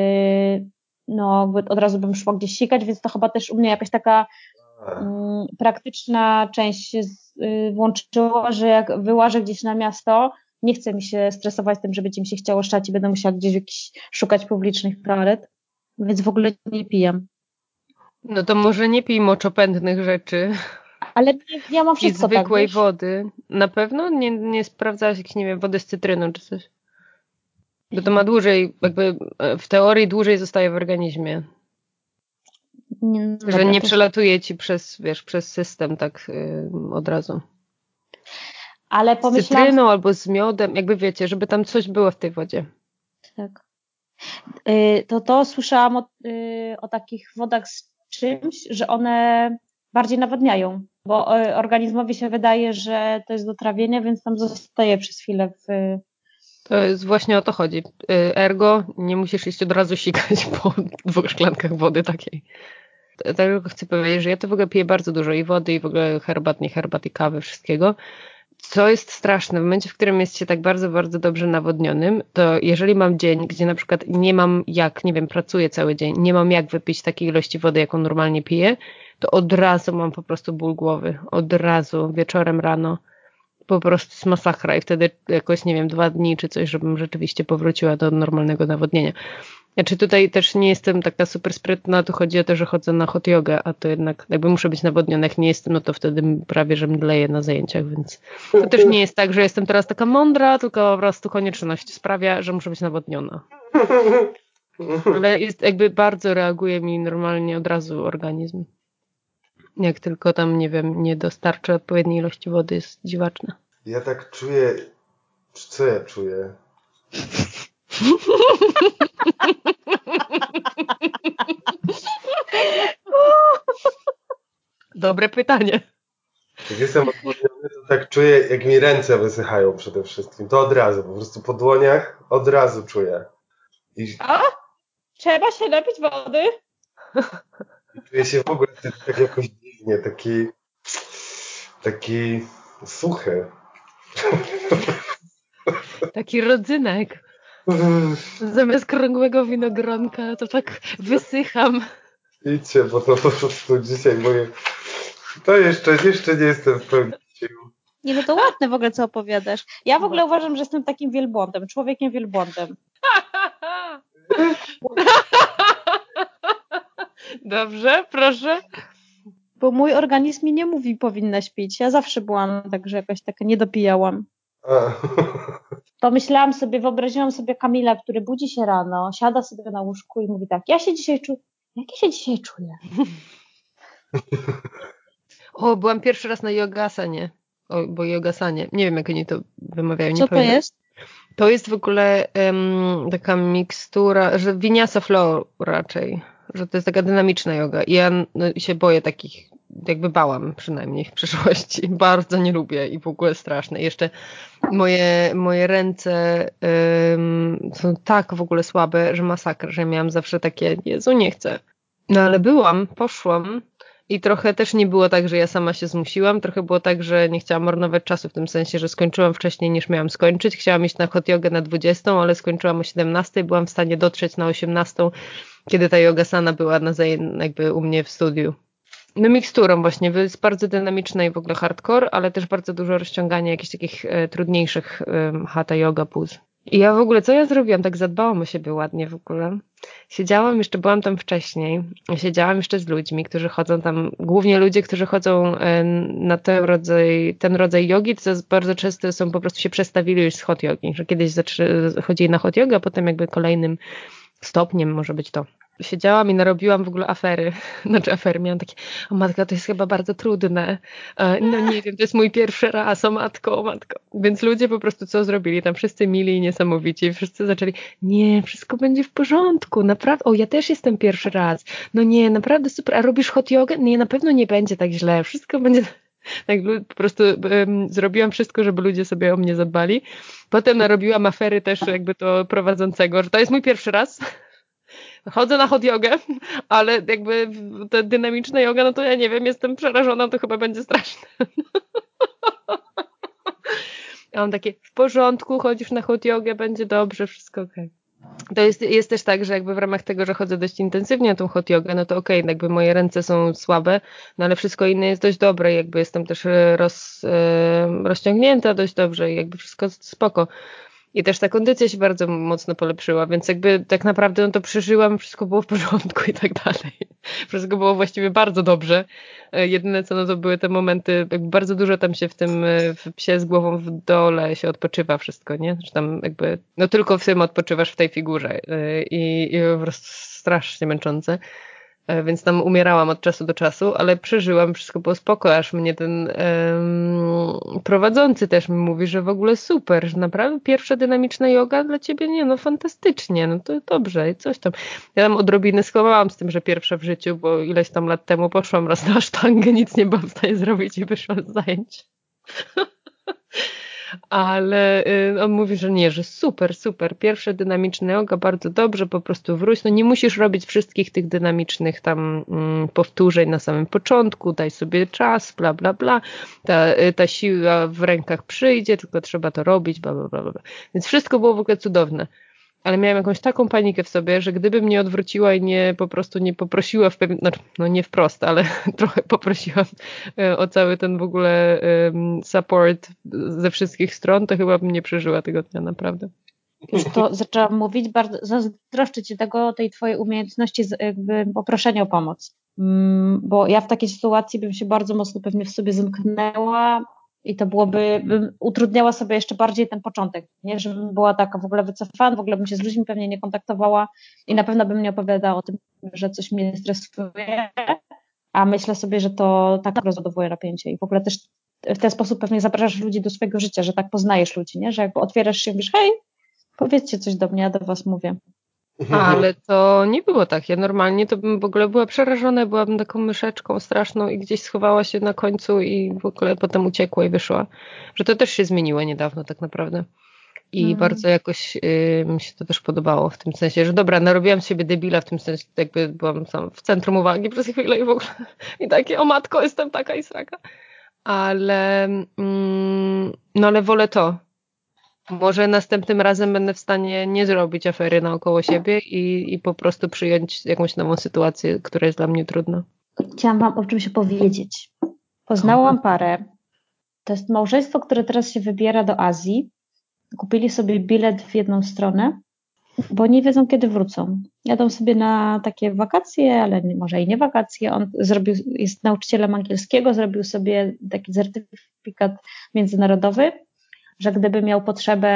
no od razu bym szła gdzieś sikać, więc to chyba też u mnie jakaś taka praktyczna część się włączyła, że jak wyłażę gdzieś na miasto, nie chce mi się stresować tym, że będzie mi się chciało szczać i będę musiała gdzieś szukać publicznych toalet, więc w ogóle nie piję. No to może nie pij moczopędnych rzeczy. Ale ja mam wszystko i zwykłej tak, wody. Na pewno nie sprawdzałaś jakiejś, nie wiem, wody z cytryną czy coś? Bo to ma dłużej, jakby w teorii dłużej zostaje w organizmie. Że nie przelatuje ci przez system tak od razu. Ale z cytryną albo z miodem, jakby wiecie, żeby tam coś było w tej wodzie. Tak. To słyszałam o takich wodach z czymś, że one bardziej nawadniają, bo organizmowi się wydaje, że to jest do trawienia, więc tam zostaje przez chwilę To jest właśnie o to chodzi. Ergo nie musisz iść od razu sikać po 2 szklankach wody takiej. Dlatego chcę powiedzieć, że ja to w ogóle piję bardzo dużo i wody, i w ogóle herbat i kawy, wszystkiego. Co jest straszne, w momencie, w którym jest się tak bardzo, bardzo dobrze nawodnionym, to jeżeli mam dzień, gdzie na przykład nie mam jak, nie wiem, pracuję cały dzień, nie mam jak wypić takiej ilości wody, jaką normalnie piję, to od razu mam po prostu ból głowy. Od razu, wieczorem, rano. Po prostu jest masakra i wtedy jakoś, nie wiem, 2 dni czy coś, żebym rzeczywiście powróciła do normalnego nawodnienia. Znaczy tutaj też nie jestem taka super sprytna, tu chodzi o to, że chodzę na hot jogę, a to jednak jakby muszę być nawodniona, jak nie jestem, no to wtedy prawie, że mdleję na zajęciach, więc to też nie jest tak, że jestem teraz taka mądra, tylko po prostu konieczność sprawia, że muszę być nawodniona. Ale jest jakby bardzo reaguje mi normalnie od razu organizm. Jak tylko tam, nie wiem, nie dostarczę odpowiedniej ilości wody, jest dziwaczne. Ja tak czuję... Co ja czuję? Dobre pytanie. Jak jestem odwodniony, to tak czuję, jak mi ręce wysychają przede wszystkim. To od razu, po prostu po dłoniach od razu czuję. A? Trzeba się napić wody? I czuję się w ogóle tak jakoś dziwnie, taki suchy. Taki rodzynek. Zamiast krągłego winogronka, to tak wysycham. Idźcie, bo to po prostu dzisiaj moje... To jeszcze nie jestem w pełni sił. Nie, no to ładne w ogóle, co opowiadasz. Ja w ogóle uważam, że jestem takim wielbłądem, człowiekiem wielbłądem. Dobrze, proszę. Bo mój organizm mi nie mówi, powinnaś pić. Ja zawsze byłam tak, że jakoś tak nie dopijałam. Pomyślałam sobie, wyobraziłam sobie Kamila, który budzi się rano, siada sobie na łóżku i mówi tak, jak ja się dzisiaj czuję? O, byłam pierwszy raz na yogasanie. Bo yogasanie. Nie wiem, jak oni to wymawiają. Co to jest? To jest w ogóle taka mikstura, że vinyasa flow raczej. Że to jest taka dynamiczna yoga. I ja się boję takich jakby bałam przynajmniej w przeszłości. Bardzo nie lubię i w ogóle straszne. Jeszcze moje ręce są tak w ogóle słabe, że masakra, że miałam zawsze takie, Jezu, nie chcę. No ale poszłam i trochę też nie było tak, że ja sama się zmusiłam, trochę było tak, że nie chciałam marnować czasu w tym sensie, że skończyłam wcześniej niż miałam skończyć. Chciałam iść na hot jogę na 20, ale skończyłam o 17, byłam w stanie dotrzeć na 18, kiedy ta yogasana była jakby u mnie w studiu. No miksturą właśnie, jest bardzo dynamiczna i w ogóle hardcore, ale też bardzo dużo rozciągania jakichś takich trudniejszych hatha yoga pose. I ja w ogóle, co ja zrobiłam? Tak zadbałam o siebie ładnie w ogóle. Byłam tam wcześniej, siedziałam jeszcze z ludźmi, którzy chodzą tam, głównie ludzie, którzy chodzą na ten rodzaj jogi, to bardzo często są po prostu się przestawili już z hot jogi, że kiedyś chodzili na hot yoga, a potem jakby kolejnym stopniem może być to. Siedziałam i narobiłam w ogóle afery. Miałam takie, o matka, to jest chyba bardzo trudne. No nie wiem, to jest mój pierwszy raz, o matko. Więc ludzie po prostu co zrobili? Tam wszyscy mili i niesamowici. Wszyscy zaczęli, nie, wszystko będzie w porządku, naprawdę. O, ja też jestem pierwszy raz. No nie, naprawdę super. A robisz hot jogę? Nie, na pewno nie będzie tak źle. Wszystko będzie... Tak po prostu zrobiłam wszystko, żeby ludzie sobie o mnie zadbali. Potem narobiłam afery też jakby to prowadzącego, że to jest mój pierwszy raz. Chodzę na hot jogę, ale jakby ta dynamiczna joga, no to ja nie wiem, jestem przerażona, to chyba będzie straszne. Ja mam takie, w porządku, chodzisz na hot jogę, będzie dobrze, wszystko okej. To jest też tak, że jakby w ramach tego, że chodzę dość intensywnie na tą hot jogę, no to okej, jakby moje ręce są słabe, no ale wszystko inne jest dość dobre, jakby jestem też rozciągnięta dość dobrze i jakby wszystko spoko. I też ta kondycja się bardzo mocno polepszyła, więc jakby tak naprawdę no to przeżyłam, wszystko było w porządku i tak dalej. Wszystko było właściwie bardzo dobrze. Jedyne co, no to były te momenty, jakby bardzo dużo tam się w psie z głową w dole się odpoczywa wszystko, nie? Że tam jakby, no tylko w tym odpoczywasz w tej figurze i po prostu strasznie męczące. Więc tam umierałam od czasu do czasu, ale przeżyłam, wszystko było spoko, aż mnie ten prowadzący też mi mówi, że w ogóle super, że naprawdę pierwsza dynamiczna joga dla ciebie, nie no fantastycznie, no to dobrze i coś tam. Ja tam odrobinę schowałam z tym, że pierwsza w życiu, bo ileś tam lat temu poszłam raz na sztangę, nic nie byłam w stanie zrobić i wyszłam z zajęć. Ale on mówi, że nie, że super, pierwsze dynamiczne yoga, bardzo dobrze, po prostu wróć, no nie musisz robić wszystkich tych dynamicznych tam powtórzeń na samym początku, daj sobie czas, bla, bla, bla, ta siła w rękach przyjdzie, tylko trzeba to robić, bla, bla, bla, bla. Więc wszystko było w ogóle cudowne. Ale miałam jakąś taką panikę w sobie, że gdybym mnie odwróciła i po prostu nie poprosiła no nie wprost, ale trochę poprosiłam o cały ten w ogóle support ze wszystkich stron, to chyba bym nie przeżyła tego dnia, naprawdę. Już to zaczęłam mówić, bardzo zazdroszczę Ci tej Twojej umiejętności jakby poproszenia o pomoc. Bo ja w takiej sytuacji bym się bardzo mocno pewnie w sobie zamknęła i to bym utrudniała sobie jeszcze bardziej ten początek, nie? Żebym była taka w ogóle wycofana, w ogóle bym się z ludźmi pewnie nie kontaktowała i na pewno bym nie opowiadała o tym, że coś mnie stresuje, a myślę sobie, że to tak rozładowuje napięcie i w ogóle też w ten sposób pewnie zapraszasz ludzi do swojego życia, że tak poznajesz ludzi, nie? Że jakby otwierasz się i mówisz, hej, powiedzcie coś do mnie, ja do was mówię. Ale to nie było tak. Ja normalnie to bym w ogóle była przerażona, byłabym taką myszeczką straszną i gdzieś schowała się na końcu i w ogóle potem uciekła i wyszła. Że to też się zmieniło niedawno tak naprawdę. I bardzo jakoś mi się to też podobało w tym sensie, że dobra, narobiłam z siebie debila w tym sensie, jakby byłam tam w centrum uwagi przez chwilę i w ogóle i takie, o matko, jestem taka i sraka. Ale no ale wolę to. Może następnym razem będę w stanie nie zrobić afery naokoło siebie i po prostu przyjąć jakąś nową sytuację, która jest dla mnie trudna. Chciałam wam o czymś opowiedzieć. Poznałam parę. To jest małżeństwo, które teraz się wybiera do Azji. Kupili sobie bilet w jedną stronę, bo nie wiedzą, kiedy wrócą. Jadą sobie na takie wakacje, ale może i nie wakacje. On jest nauczycielem angielskiego, zrobił sobie taki certyfikat międzynarodowy, że gdyby miał potrzebę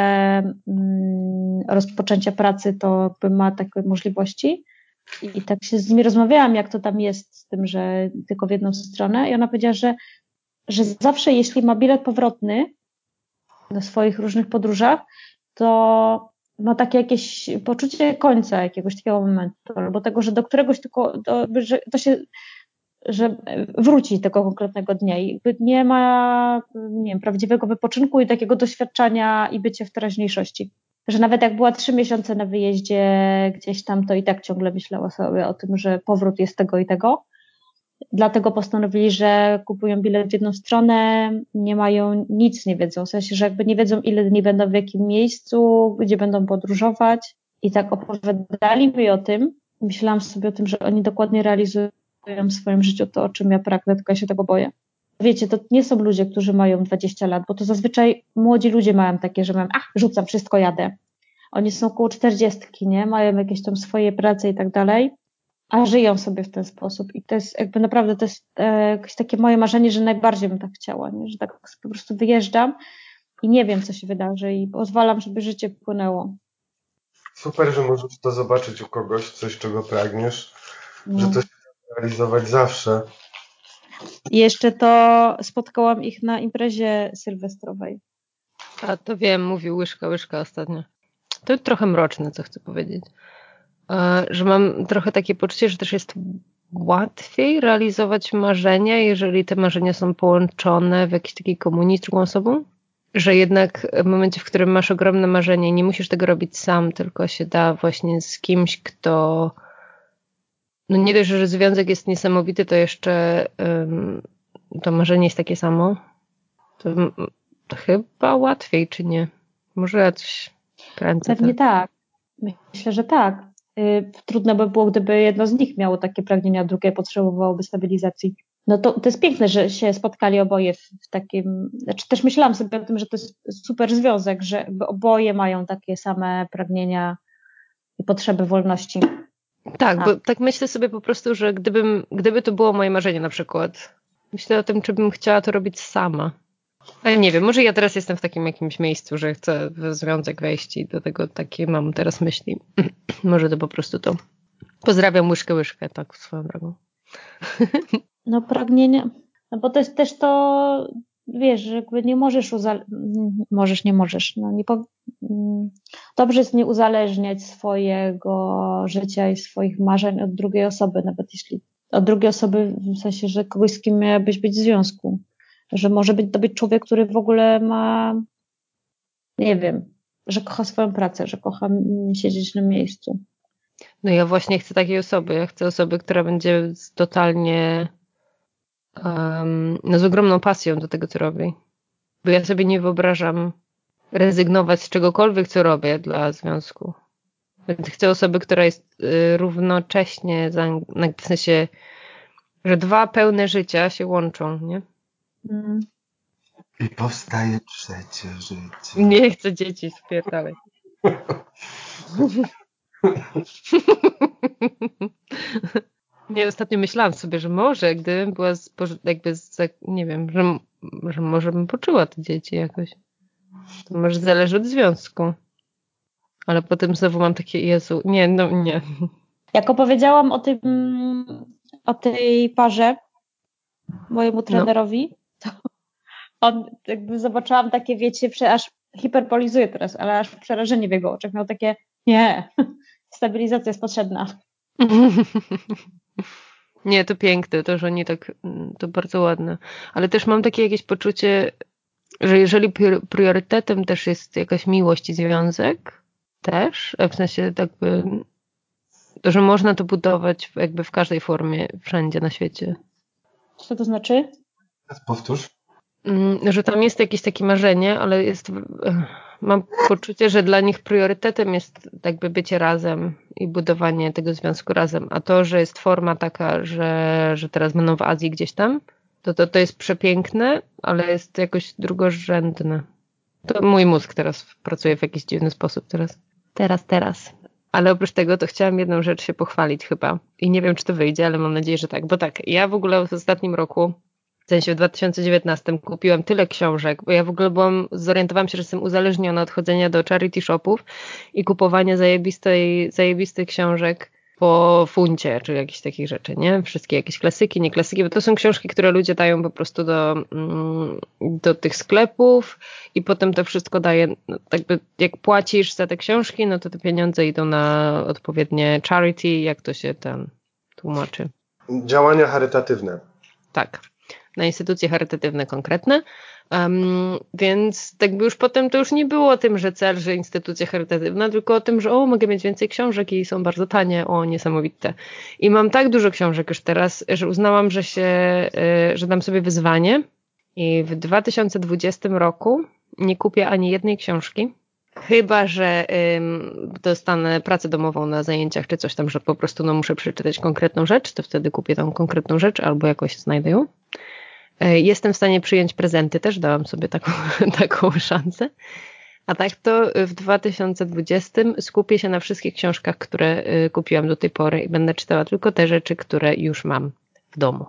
rozpoczęcia pracy, to ma takie możliwości. I tak się z nimi rozmawiałam, jak to tam jest z tym, że tylko w jedną stronę. I ona powiedziała, że zawsze jeśli ma bilet powrotny na swoich różnych podróżach, to ma takie jakieś poczucie końca jakiegoś takiego momentu, albo tego, że do któregoś tylko, że to się że wróci tego konkretnego dnia i nie ma, nie wiem, prawdziwego wypoczynku i takiego doświadczania i bycia w teraźniejszości. Że nawet jak była 3 miesiące na wyjeździe gdzieś tam, to i tak ciągle myślała sobie o tym, że powrót jest tego i tego. Dlatego postanowili, że kupują bilet w jedną stronę, nie mają, nic nie wiedzą, w sensie, że jakby nie wiedzą, ile dni będą w jakim miejscu, gdzie będą podróżować i tak opowiadali mi o tym. Myślałam sobie o tym, że oni dokładnie realizują w swoim życiu to, o czym ja pragnę, tylko ja się tego boję. Wiecie, to nie są ludzie, którzy mają 20 lat, bo to zazwyczaj młodzi ludzie mają takie, że mają, rzucam wszystko, jadę. Oni są około 40, nie? Mają jakieś tam swoje prace i tak dalej, a żyją sobie w ten sposób. I to jest jakby naprawdę, to jest jakieś takie moje marzenie, że najbardziej bym tak chciała, nie? Że tak po prostu wyjeżdżam i nie wiem, co się wydarzy i pozwalam, żeby życie płynęło. Super, że możesz to zobaczyć u kogoś, coś, czego pragniesz, że to się da realizować zawsze. I jeszcze to spotkałam ich na imprezie sylwestrowej. A to wiem, mówił łyżka ostatnio. To trochę mroczne, co chcę powiedzieć. Że mam trochę takie poczucie, że też jest łatwiej realizować marzenia, jeżeli te marzenia są połączone w jakiejś takiej komunii z drugą osobą. Że jednak w momencie, w którym masz ogromne marzenie, nie musisz tego robić sam, tylko się da właśnie z kimś, kto no nie dość, że związek jest niesamowity, to jeszcze to marzenie jest takie samo. To chyba łatwiej, czy nie? Może ja coś kręcę. Pewnie tak. Myślę, że tak. Trudno by było, gdyby jedno z nich miało takie pragnienia, a drugie potrzebowałoby stabilizacji. No to jest piękne, że się spotkali oboje w takim... Znaczy też myślałam sobie o tym, że to jest super związek, że oboje mają takie same pragnienia i potrzeby wolności. Tak, bo tak myślę sobie po prostu, że gdyby to było moje marzenie na przykład, myślę o tym, czy bym chciała to robić sama. Ale nie wiem, może ja teraz jestem w takim jakimś miejscu, że chcę w związek wejść i do tego takie mam teraz myśli. Może to po prostu to. Pozdrawiam łyżkę, tak swoją drogą. No pragnienie, no bo to jest też to, wiesz, że jakby nie możesz nie możesz, no dobrze jest nie uzależniać swojego życia i swoich marzeń od drugiej osoby, nawet jeśli od drugiej osoby, w sensie, że kogoś, z kim miałabyś być w związku, że może to być człowiek, który w ogóle ma, nie wiem, że kocha swoją pracę, że kocha siedzieć na miejscu. No ja właśnie chcę takiej osoby, ja chcę osoby, która będzie totalnie no z ogromną pasją do tego, co robi. Bo ja sobie nie wyobrażam rezygnować z czegokolwiek, co robię dla związku. Więc chcę osoby, która jest równocześnie, w sensie, że 2 pełne życia się łączą, nie? I powstaje trzecie życie. Nie chcę dzieci, spierdalaj. Nie, ostatnio myślałam sobie, że może gdybym była nie wiem, że może bym poczuła te dzieci jakoś. To może zależy od związku. Ale potem znowu mam takie, Jezu, nie. Jak opowiedziałam o tej parze mojemu trenerowi, to on jakby zobaczyłam takie, wiecie, aż hiperpolizuję teraz, ale aż przerażenie w jego oczach. Miał takie, nie, stabilizacja jest potrzebna. Nie, to piękne, to, że oni tak, to bardzo ładne. Ale też mam takie jakieś poczucie, że jeżeli priorytetem też jest jakaś miłość i związek, też, w sensie jakby, to, że można to budować jakby w każdej formie, wszędzie na świecie. Co to znaczy? Powtórz. Że tam jest jakieś takie marzenie, ale mam poczucie, że dla nich priorytetem jest jakby bycie razem i budowanie tego związku razem, a to, że jest forma taka, że teraz będą w Azji gdzieś tam, to jest przepiękne, ale jest jakoś drugorzędne. To mój mózg teraz pracuje w jakiś dziwny sposób teraz. Ale oprócz tego to chciałam jedną rzecz się pochwalić chyba i nie wiem, czy to wyjdzie, ale mam nadzieję, że tak, bo tak, ja w ogóle w ostatnim roku, w sensie w 2019 kupiłam tyle książek, bo ja w ogóle zorientowałam się, że jestem uzależniona od chodzenia do charity shopów i kupowania zajebistych książek po funcie, czy jakichś takich rzeczy, nie? Wszystkie jakieś klasyki, nie klasyki, bo to są książki, które ludzie dają po prostu do tych sklepów i potem to wszystko daje, no, jakby jak płacisz za te książki, no to te pieniądze idą na odpowiednie charity, jak to się tam tłumaczy. Działania charytatywne. Tak, na instytucje charytatywne konkretne. Więc jakby już potem to już nie było o tym, że cel, że instytucja charytatywna, tylko o tym, że mogę mieć więcej książek i są bardzo tanie, niesamowite. I mam tak dużo książek już teraz, że uznałam, że dam sobie wyzwanie i w 2020 roku nie kupię ani jednej książki, chyba że dostanę pracę domową na zajęciach czy coś tam, że po prostu muszę przeczytać konkretną rzecz, to wtedy kupię tą konkretną rzecz albo jakoś znajdę ją. Jestem w stanie przyjąć prezenty, też dałam sobie taką szansę. A tak to w 2020 skupię się na wszystkich książkach, które kupiłam do tej pory i będę czytała tylko te rzeczy, które już mam w domu.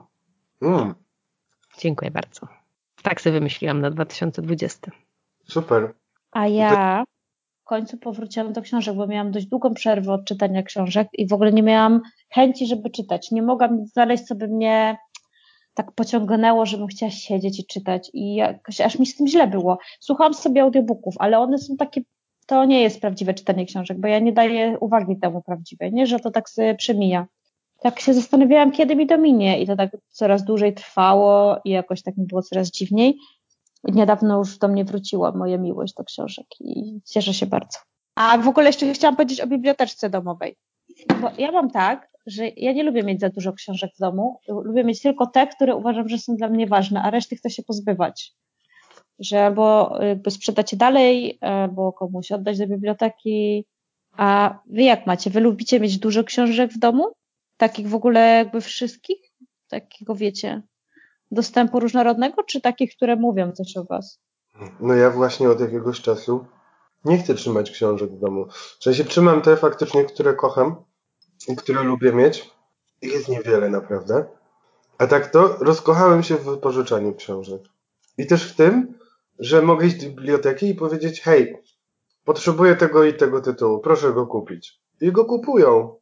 Dziękuję bardzo. Tak sobie wymyśliłam na 2020. Super. A ja w końcu powróciłam do książek, bo miałam dość długą przerwę od czytania książek i w ogóle nie miałam chęci, żeby czytać. Nie mogłam znaleźć, co by mnie tak pociągnęło, żebym chciała siedzieć i czytać i jakoś aż mi z tym źle było. Słuchałam sobie audiobooków, ale one są takie, to nie jest prawdziwe czytanie książek, bo ja nie daję uwagi temu prawdziwej, nie, że to tak sobie przemija. Tak się zastanawiałam, kiedy mi to minie i to tak coraz dłużej trwało i jakoś tak mi było coraz dziwniej. Niedawno już do mnie wróciła moja miłość do książek i cieszę się bardzo. A w ogóle jeszcze chciałam powiedzieć o biblioteczce domowej, bo ja mam tak, że ja nie lubię mieć za dużo książek w domu, lubię mieć tylko te, które uważam, że są dla mnie ważne, a reszty chcę się pozbywać. Że albo jakby sprzedać je dalej, albo komuś oddać do biblioteki. A wy jak macie? Wy lubicie mieć dużo książek w domu? Takich w ogóle jakby wszystkich? Takiego wiecie, dostępu różnorodnego, czy takich, które mówią coś o was? No ja właśnie od jakiegoś czasu nie chcę trzymać książek w domu. W sensie trzymam te faktycznie, które kocham i które lubię mieć. Ich jest niewiele naprawdę. A tak to rozkochałem się w wypożyczaniu książek. I też w tym, że mogę iść do biblioteki i powiedzieć: hej, potrzebuję tego i tego tytułu, proszę go kupić. I go kupują.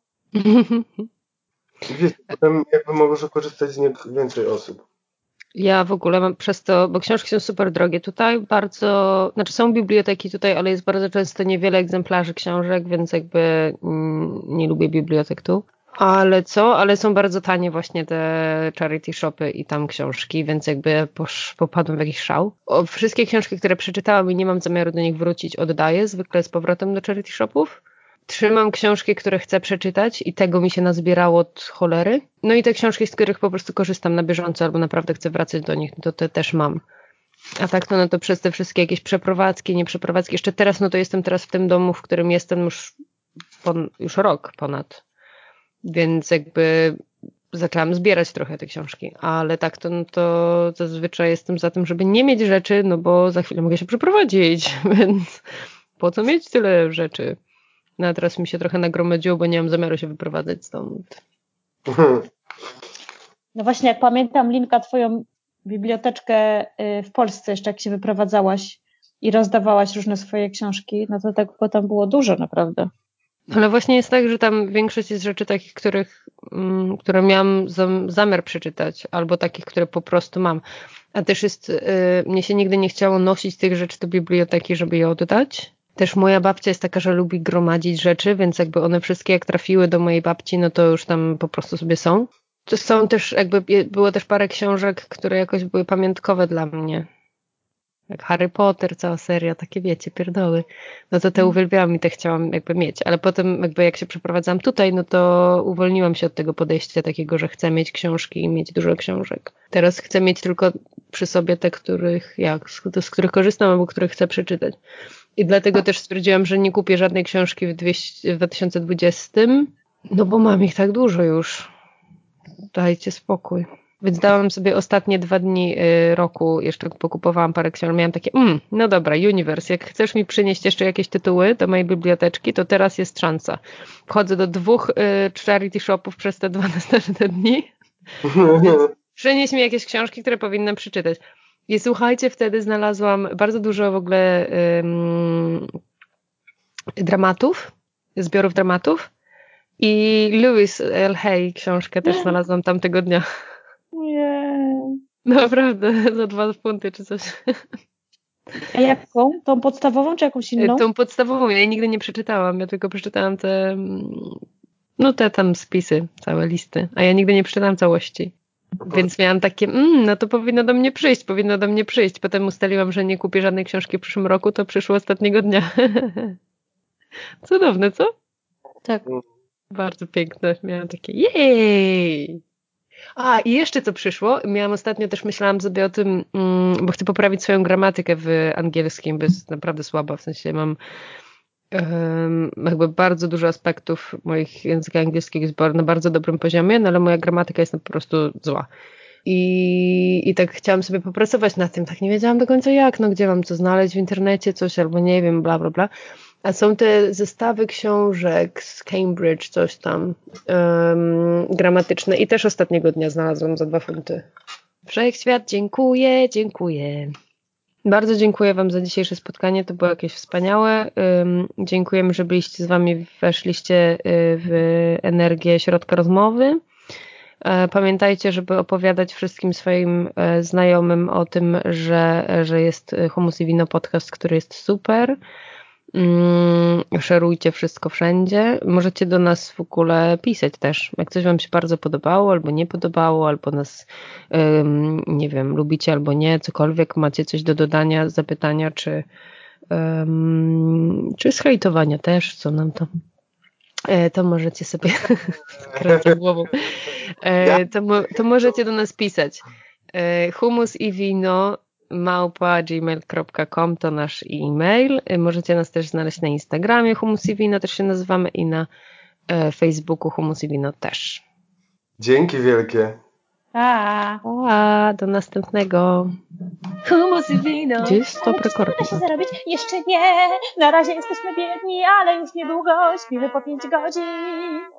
I wiesz, potem jakby może korzystać z nich więcej osób. Ja w ogóle mam przez to, bo książki są super drogie tutaj, znaczy są biblioteki tutaj, ale jest bardzo często niewiele egzemplarzy książek, więc jakby nie lubię bibliotek tu. Ale są bardzo tanie właśnie te charity shopy i tam książki, więc jakby popadłem w jakiś szał. Wszystkie książki, które przeczytałam i nie mam zamiaru do nich wrócić, oddaję zwykle z powrotem do charity shopów. Trzymam książki, które chcę przeczytać i tego mi się nazbierało od cholery. No i te książki, z których po prostu korzystam na bieżąco albo naprawdę chcę wracać do nich, to te też mam. A tak to przez te wszystkie jakieś przeprowadzki, nieprzeprowadzki. Jeszcze teraz, to jestem teraz w tym domu, w którym jestem już rok ponad. Więc jakby zaczęłam zbierać trochę te książki. Ale tak to zazwyczaj jestem za tym, żeby nie mieć rzeczy, no bo za chwilę mogę się przeprowadzić, więc po co mieć tyle rzeczy? No a teraz mi się trochę nagromadziło, bo nie mam zamiaru się wyprowadzać stąd. No właśnie, jak pamiętam, Linka, twoją biblioteczkę w Polsce jeszcze, jak się wyprowadzałaś i rozdawałaś różne swoje książki, no to tego tam było dużo naprawdę. Ale właśnie jest tak, że tam większość jest rzeczy takich, które miałam zamiar przeczytać, albo takich, które po prostu mam. A też mnie się nigdy nie chciało nosić tych rzeczy do biblioteki, żeby je oddać. Też moja babcia jest taka, że lubi gromadzić rzeczy, więc jakby one wszystkie jak trafiły do mojej babci, no to już tam po prostu sobie są. To są też było też parę książek, które jakoś były pamiątkowe dla mnie. Jak Harry Potter, cała seria, takie wiecie, pierdoły. No to te uwielbiałam i te chciałam jakby mieć. Ale potem jakby jak się przeprowadzałam tutaj, no to uwolniłam się od tego podejścia takiego, że chcę mieć książki i mieć dużo książek. Teraz chcę mieć tylko przy sobie te, z których korzystam albo które chcę przeczytać. I dlatego też stwierdziłam, że nie kupię żadnej książki w 2020, no bo mam ich tak dużo już. Dajcie spokój. Więc dałam sobie ostatnie 2 dni roku, jeszcze pokupowałam parę książek, miałam takie, no dobra, Universe, jak chcesz mi przynieść jeszcze jakieś tytuły do mojej biblioteczki, to teraz jest szansa. Wchodzę do 2 charity shopów przez te 2 następne dni, więc przynieś mi jakieś książki, które powinnam przeczytać. I słuchajcie, wtedy znalazłam bardzo dużo w ogóle dramatów, zbiorów dramatów i Louise L. Hay książkę też znalazłam tamtego dnia. Nie. Naprawdę, za 2 funty czy coś. A jaką? Tą podstawową czy jakąś inną? Tą podstawową, ja jej nigdy nie przeczytałam, ja tylko przeczytałam te No te tam spisy, całe listy. A ja nigdy nie przeczytałam całości. Więc miałam takie, no to powinno do mnie przyjść. Potem ustaliłam, że nie kupię żadnej książki w przyszłym roku, to przyszło ostatniego dnia. Cudowne, co? Tak. Bardzo piękne. Miałam takie, jej! A, i jeszcze co przyszło, miałam ostatnio, też myślałam sobie o tym, bo chcę poprawić swoją gramatykę w angielskim, bo jest naprawdę słaba, w sensie mam jakby bardzo dużo aspektów moich języka angielskiego jest na bardzo dobrym poziomie, no ale moja gramatyka jest po prostu zła. I tak chciałam sobie popracować nad tym, tak nie wiedziałam do końca jak, no gdzie mam co znaleźć w internecie, coś albo nie wiem, bla, bla, bla. A są te zestawy książek z Cambridge, coś tam, gramatyczne i też ostatniego dnia znalazłam za 2 funty. Wszechświat, dziękuję. Bardzo dziękuję Wam za dzisiejsze spotkanie, to było jakieś wspaniałe. Dziękujemy, że byliście z Wami, weszliście w energię środka rozmowy. Pamiętajcie, żeby opowiadać wszystkim swoim znajomym o tym, że jest Hummus i Wino podcast, który jest super. Szerujcie wszystko wszędzie. Możecie do nas w ogóle pisać też. Jak coś Wam się bardzo podobało, albo nie podobało, albo nas nie wiem, lubicie albo nie, cokolwiek, macie coś do dodania, zapytania, czy zhejtowania też, co nam to możecie sobie kręcę głową. To możecie do nas pisać. hummusivino@gmail.com to nasz e-mail. Możecie nas też znaleźć na Instagramie Hummus i Wino, też się nazywamy, i na Facebooku Hummus i Wino też. Dzięki wielkie. Do następnego. Hummus i wino. Gdzie jest stop rekord? Da się zarobić? Jeszcze nie. Na razie jesteśmy biedni, ale już niedługo śpimy po 5 godzin.